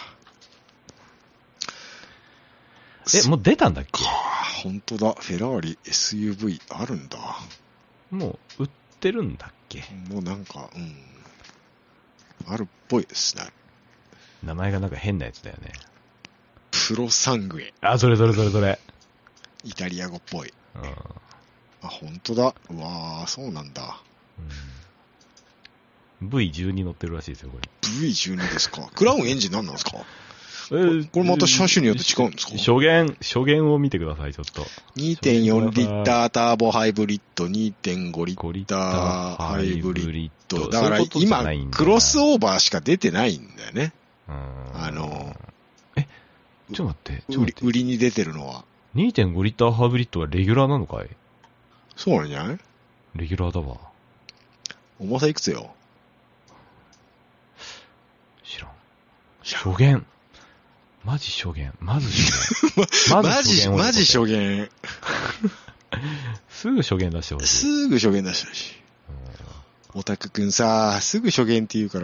え、もう出たんだっけ？ 本当だ。フェラーリ エスユーブイ あるんだ。 もう売ってるんだっけ？ もうなんか、うん。あるっぽいですね。 名前がなんか変なやつだよね。 プロサングエ。 あ、それそれそれそれ。 イタリア語っぽい。うん。 あ、本当だ。うわー、そうなんだ。 うん、ブイじゅうに 乗ってるらしいですよ、これ。 ブイじゅうに ですか。クラウンエンジン何なんですか？えー、これまた車種によって違うんですか？ 初見、初見を見てください、ちょっと。 にてんよん リッターターボハイブリッド、にてんご リッターハイブリッド。だから今、クロスオーバーしか出てないんだよね。あの、 え、ちょっと待って、ちょっと待って。 売りに出てるのは。 にてんご リッターハイブリッドはレギュラーなのかい？ そうなんじゃない？ レギュラーだわ。 重さいくつよ？ 知らん。初見。マジ初見。まず初見。まず初見。マジ初見。 すぐ初見出してほしい。 すぐ初見出してほしい。オタクくんさ、すぐ初見って言うから。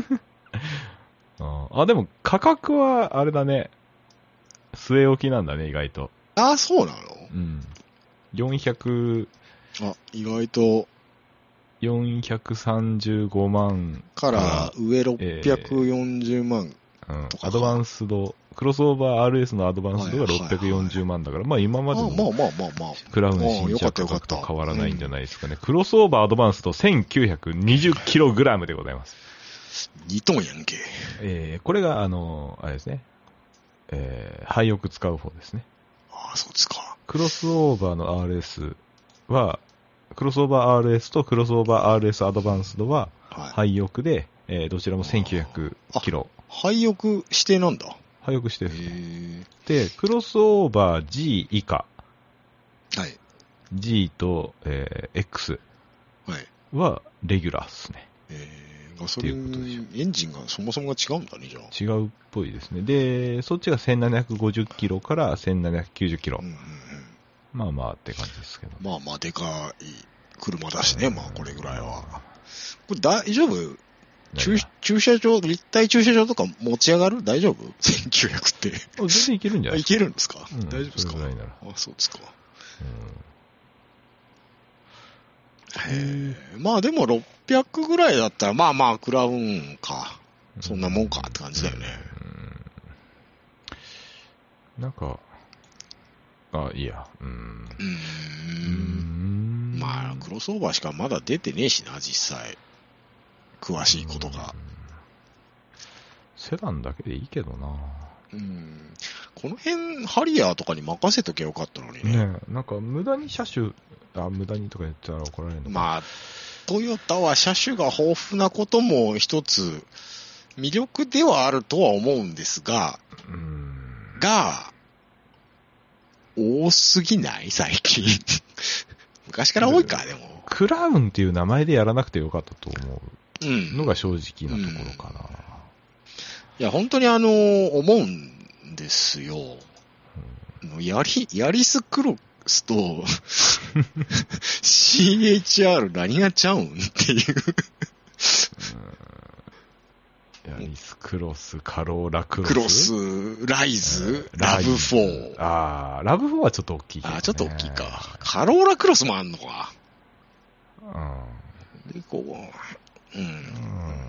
あ、でも価格はあれだね。据え置きなんだね、意外と。 あ、そうなの？ うん。よんひゃく、 あ、意外と。 よんひゃくさんじゅうごまんから上ろっぴゃくよんじゅうまん。 うん、アドバンスド、クロスオーバー アールエス のアドバンスドがろっぴゃくよんじゅうまんだから、はいはいはい、まあ今までのクラウン新車価格と変わらないんじゃないですかね。クロスオーバーアドバンスド せんきゅうひゃくにじゅっキログラム でございます。 にトンやんけ。 えー、これがあの、あれですね。えー、廃屋使う方ですね。 ああ、そうですか。 クロスオーバーの アールエス は、クロスオーバー アールエス とクロスオーバー アールエス アドバンスドは廃屋で、はい、えー、どちらもせんきゅうひゃくキロ。 廃屋指定なんだ。 廃屋指定ですね。で、クロスオーバー G 以下。 はい。 G と、えー、X はレギュラーですね。 えー、ガソリンエンジンがそもそもが違うんだね、じゃあ。違うっぽいですね。で、そっちがせんななひゃくごじゅっキロからせんななひゃくきゅうじゅっキロ。うんうんうん、まあまあって感じですけど。 まあまあでかい車だしね、まあこれぐらいは。これ大丈夫？駐, 駐車場、立体駐車場とか持ち上がる？大丈夫？ せんきゅうひゃく って。 全然いけるんじゃないですか？いけるんですか？ うん、 大丈夫ですか？ それぐらいなら。 あ、そうですか。うん、へえ。まあでもろっぴゃくぐらいだったら、まあまあクラウンか。そんなもんかって感じだよね。 うん、なんか、あ、いいや。うーん。 うーん。まあ、クロスオーバーしかまだ出てねえしな、実際。詳しいことが。 セダンだけでいいけどな。 うん。この辺、ハリアーとかに任せときゃよかったのにね。 ねえ、なんか無駄に車種、あ、無駄にとか言ったら怒られるのかな。 まあ、トヨタは車種が豊富なことも一つ魅力ではあるとは思うんですが、 うん。 が、多すぎない最近。昔から多いか、でも。 クラウンっていう名前でやらなくてよかったと思うのが正直なところかな。うんうん、いや、本当にあの、思うんですよ。うん、やり、ヤリスクロスとシーエイチアール 何がちゃうんっていう。 ヤリスクロス、カローラクロス。 クロス、ライズ、うん、ラブフォー。 ああ、ラブフォーはちょっと大きいけど、ね。 ああ、ちょっと大きいか。カローラクロスもあんのか。 うん。 で、こう、うん。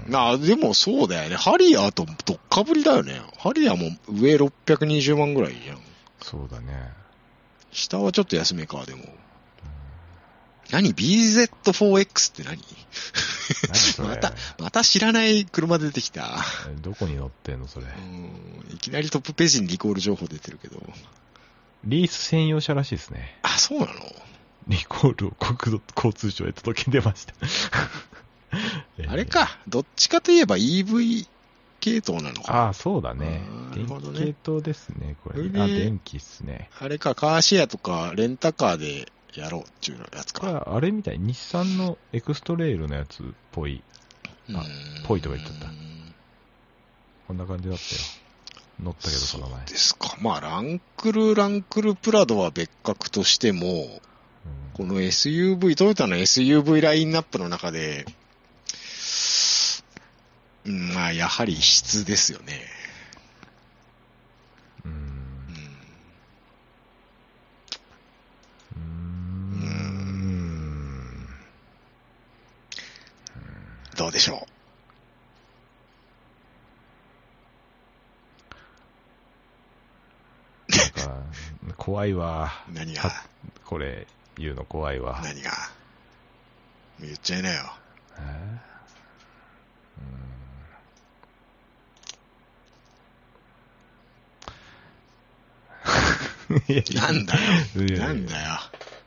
まあ、でもそうだよね。ハリアーとどっかぶりだよね。ハリアーも上ろっぴゃくにじゅうまんぐらいじゃん。 そうだね。 下はちょっと安めか、でも。何 ビーゼットフォーエックス って何また、また知らない車出てきた。 どこに乗ってんのそれ。 うん。いきなりトップページにリコール情報出てるけど。 リース専用車らしいですね。 あ、そうなの？ リコールを国土交通省へ届け出ました。 あれか、どっちかといえば イーブイ 系統なのか。 ああ、そうだね。電気系統ですね、これ。あ、電気っすね。 あれか、カーシェアとかレンタカーでやろうっていうやつか。 あれみたい。日産のエクストレイルのやつっぽい。あ、ぽいとか言っちゃった。こんな感じだったよ。乗ったけど、その前。 そうですか。まあ、ランクル、ランクルプラドは別格としても、うん、この エスユーブイ、トヨタの エスユーブイ ラインナップの中で、うん、まあ、やはり質ですよね。 うーん。うーん。うーん。 どうでしょう。なんか怖いわ。 何が？ これ、 言うの怖いわ。 何が？言っちゃいなよ。えー、なんだよ。なんだよ。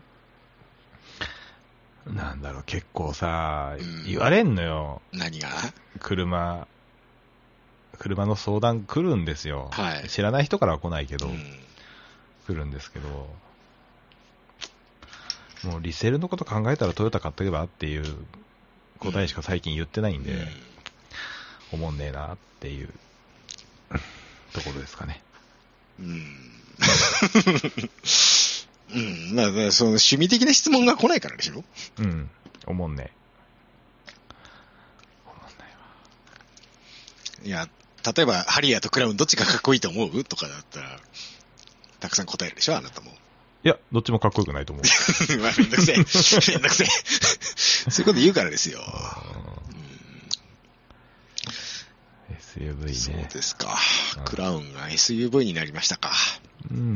なんだろう、結構さ、うん、言われんのよ。 何が？ 車、車の相談来るんですよ。はい。知らない人からは来ないけど、うん、来るんですけど、もうリセールのこと考えたらトヨタ買っとけばっていう答えしか最近言ってないんで、うん、思んねえなっていうところですかね。 うん。うん。まあ、その趣味的な質問が来ないからでしょ？ うん。思んねえ。思んないわ。 いや、例えば、ハリアーとクラウンどっちがかっこいいと思うとかだったら、たくさん答えるでしょあなたも。 いや、どっちもかっこよくないと思う。 まあ、めんどくせえ。めんどくせえ。そういうこと言うからですよ。 うん、エスユーブイ ね。 そうですか。クラウンが エスユーブイ になりましたか。 うん。うん、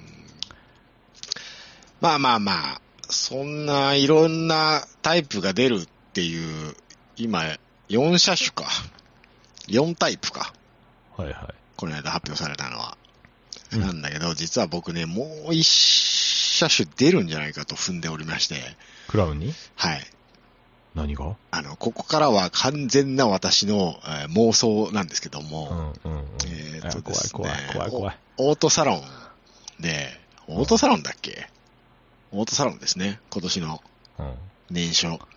まあまあまあ、そんないろんなタイプが出るっていう、今、よん車種か。よんタイプか。 はいはい。 この間発表されたのは。うん、なんだけど、実は僕ね、もう一車種出るんじゃないかと踏んでおりまして。 クラウンに？ はい。 何が？ あの、ここからは完全な私の、えー、妄想なんですけども。 うんうんうん、 えー、っとですね。 怖い怖い怖い怖い。 オートサロンで、オートサロンだっけ？オートサロンですね。今年の年初。うん、はい。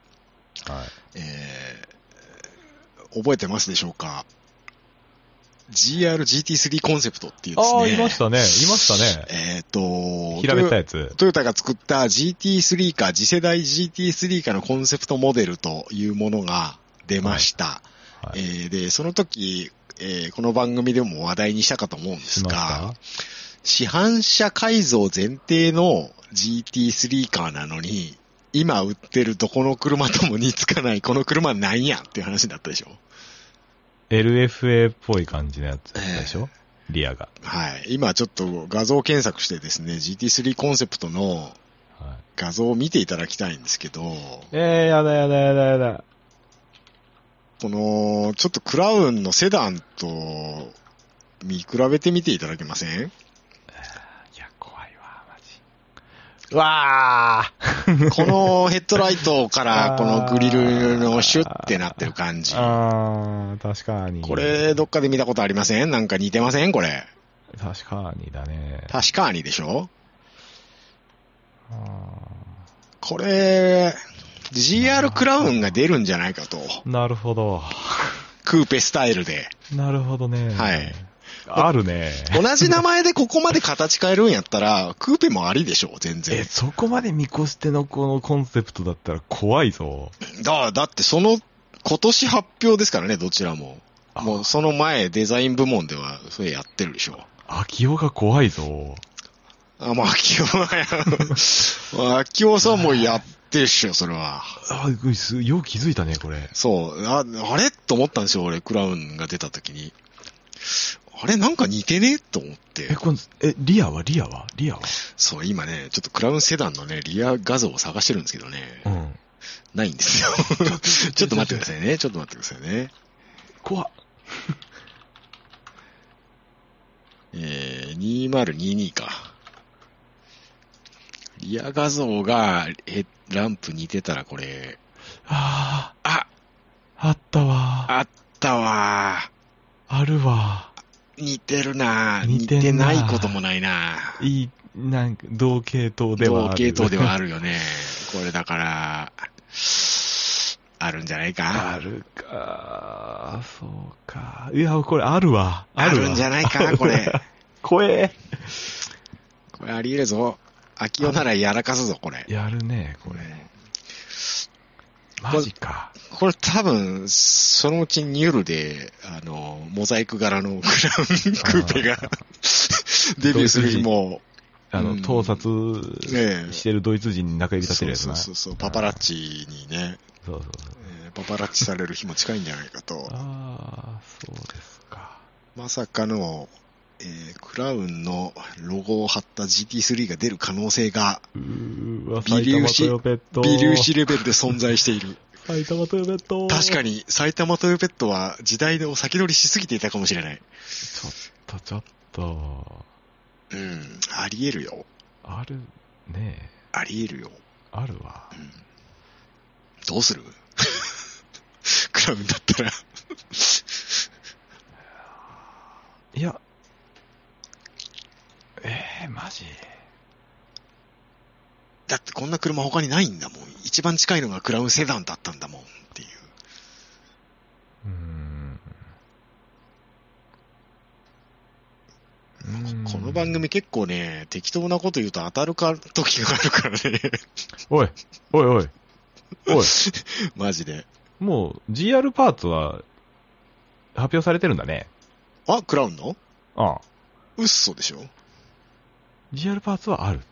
えー、覚えてますでしょうか？ジーアールジーティースリー コンセプトっていうですね。 ああ、いましたね。いましたね。 えっ、ー、と、 平べったやつ。 トヨタが作った ジーティースリー か、次世代 ジーティースリー かのコンセプトモデルというものが出ました。はいはい、えー、で、その時、えー、この番組でも話題にしたかと思うんですが、市販車改造前提の ジーティースリー カーなのに、今売ってるどこの車とも似つかないこの車なんやっていう話だったでしょ。 エルエフエー っぽい感じのやつでしょ、えー、リアが。 はい。今ちょっと画像検索してですね、ジーティースリー コンセプトの画像を見ていただきたいんですけど。 えー、やだやだやだやだ。 この、ちょっとクラウンのセダンと見比べてみていただけません？いや、怖いわ、マジ。うわーこのヘッドライトからこのグリルのシュッてなってる感じ。 あー、確かに。 これどっかで見たことありません？なんか似てません？これ。 確かにだね。 確かにでしょ？あこれ、ジーアール クラウンが出るんじゃないかと。 なるほど。 クーペスタイルで。 なるほどね。 はい。 あるね。 同じ名前でここまで形変えるんやったら、クーペもありでしょ、全然。 え、そこまで見越してのこのコンセプトだったら怖いぞ。 だ、だってその、今年発表ですからね、どちらも。もうその前、デザイン部門では、それやってるでしょ。 秋夫が怖いぞ。 あ、まあ、秋夫は、秋夫さんもやってるっしょ、それは。 あ、よう気づいたね、これ。 そう。あ、あれと思ったんですよ、俺、クラウンが出た時に。あれなんか似てねと思って。 え、この、え、リアはリアはリアはそう、今ね、ちょっとクラウンセダンのね、リア画像を探してるんですけどね。うん。ないんですよ。ちょっと待ってくださいね。ちょっと待ってくださいね。 怖っ。 えー、にせんにじゅうにか。リア画像がヘランプ似てたらこれ。 ああ。あ、あったわ。 あったわ。 あるわ。 似てるな。似てないこともないな。 いい、なんか、同系統ではある。 同系統ではあるよね。これだから、あるんじゃないか。 あるか。そうか。いや、これあるわ。 あるわ。あるんじゃないか、これ。 怖え。 これあり得るぞ。秋夫ならやらかすぞ、これ。 やるね、これ。マジか。 これ多分、そのうちニュルで、あの、モザイク柄のクラウンクーペがデビューする日も、 あの、盗撮してるドイツ人に中指立てるやつな。 そうそうそう、パパラッチにね、 そうそうそう、 えー、パパラッチされる日も近いんじゃないかと。 ああ、そうですか。 まさかの、 えー、クラウンのロゴを貼った ジーティースリー が出る可能性が、 うーわ、 微埼玉粒子、 トヨペット。 微粒子レベルで存在している。 埼玉トヨペット。 確かに、埼玉トヨペットは時代を先取りしすぎていたかもしれない。 ちょっと、ちょっと。 うん、あり得るよ。 ある、ねえ。 あり得るよ。 あるわ。 うん、どうするクラウンだったらいや、えー、マジだってこんな車他にないんだもん。一番近いのがクラウンセダンだったんだもんっていう。 うーん。 この番組結構ね、適当なこと言うと当たるか時があるからね。 おい、おいおい、おい。 マジで。 もう ジーアール パーツは発表されてるんだね。 あ、クラウンの？ ああ。 嘘でしょ？ ジーアール パーツはあるって。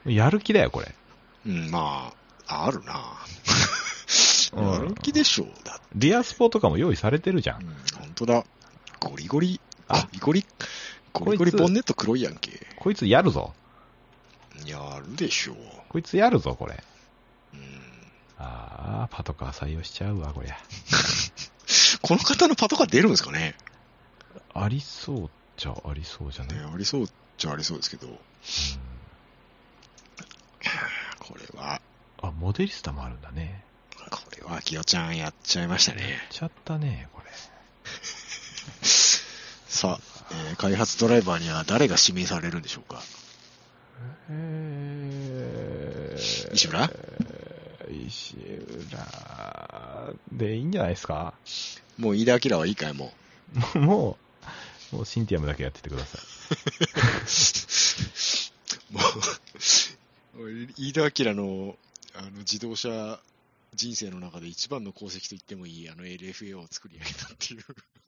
やる気だよ、これ。 うん、まあ、あるなやる気でしょう、だって。 リアスポとかも用意されてるじゃん。 うん、ほんとだ。ゴリゴリ、ゴリゴリ、ゴリゴリボンネット黒いやんけ。 こいつやるぞ。 やるでしょう。 こいつやるぞ、これ。 うん。 ああ、パトカー採用しちゃうわ、こりゃ。 この方のパトカー出るんですかね？ ありそうっちゃありそうじゃね。 ね、ありそうっちゃありそうですけど。うん、これは。 あ、モデリスタもあるんだね。 これは、きよちゃんやっちゃいましたね。やっちゃったね、これ。 さあ、えー、開発ドライバーには誰が指名されるんでしょうか？ えー、 石村？ えー、石浦でいいんじゃないですか？ もう飯田明はいいかい、もう。もう、もうシンティアムだけやっててください。もう、飯田明の、あの、自動車人生の中で一番の功績と言ってもいい、あの エルエフエー を作り上げたっていう。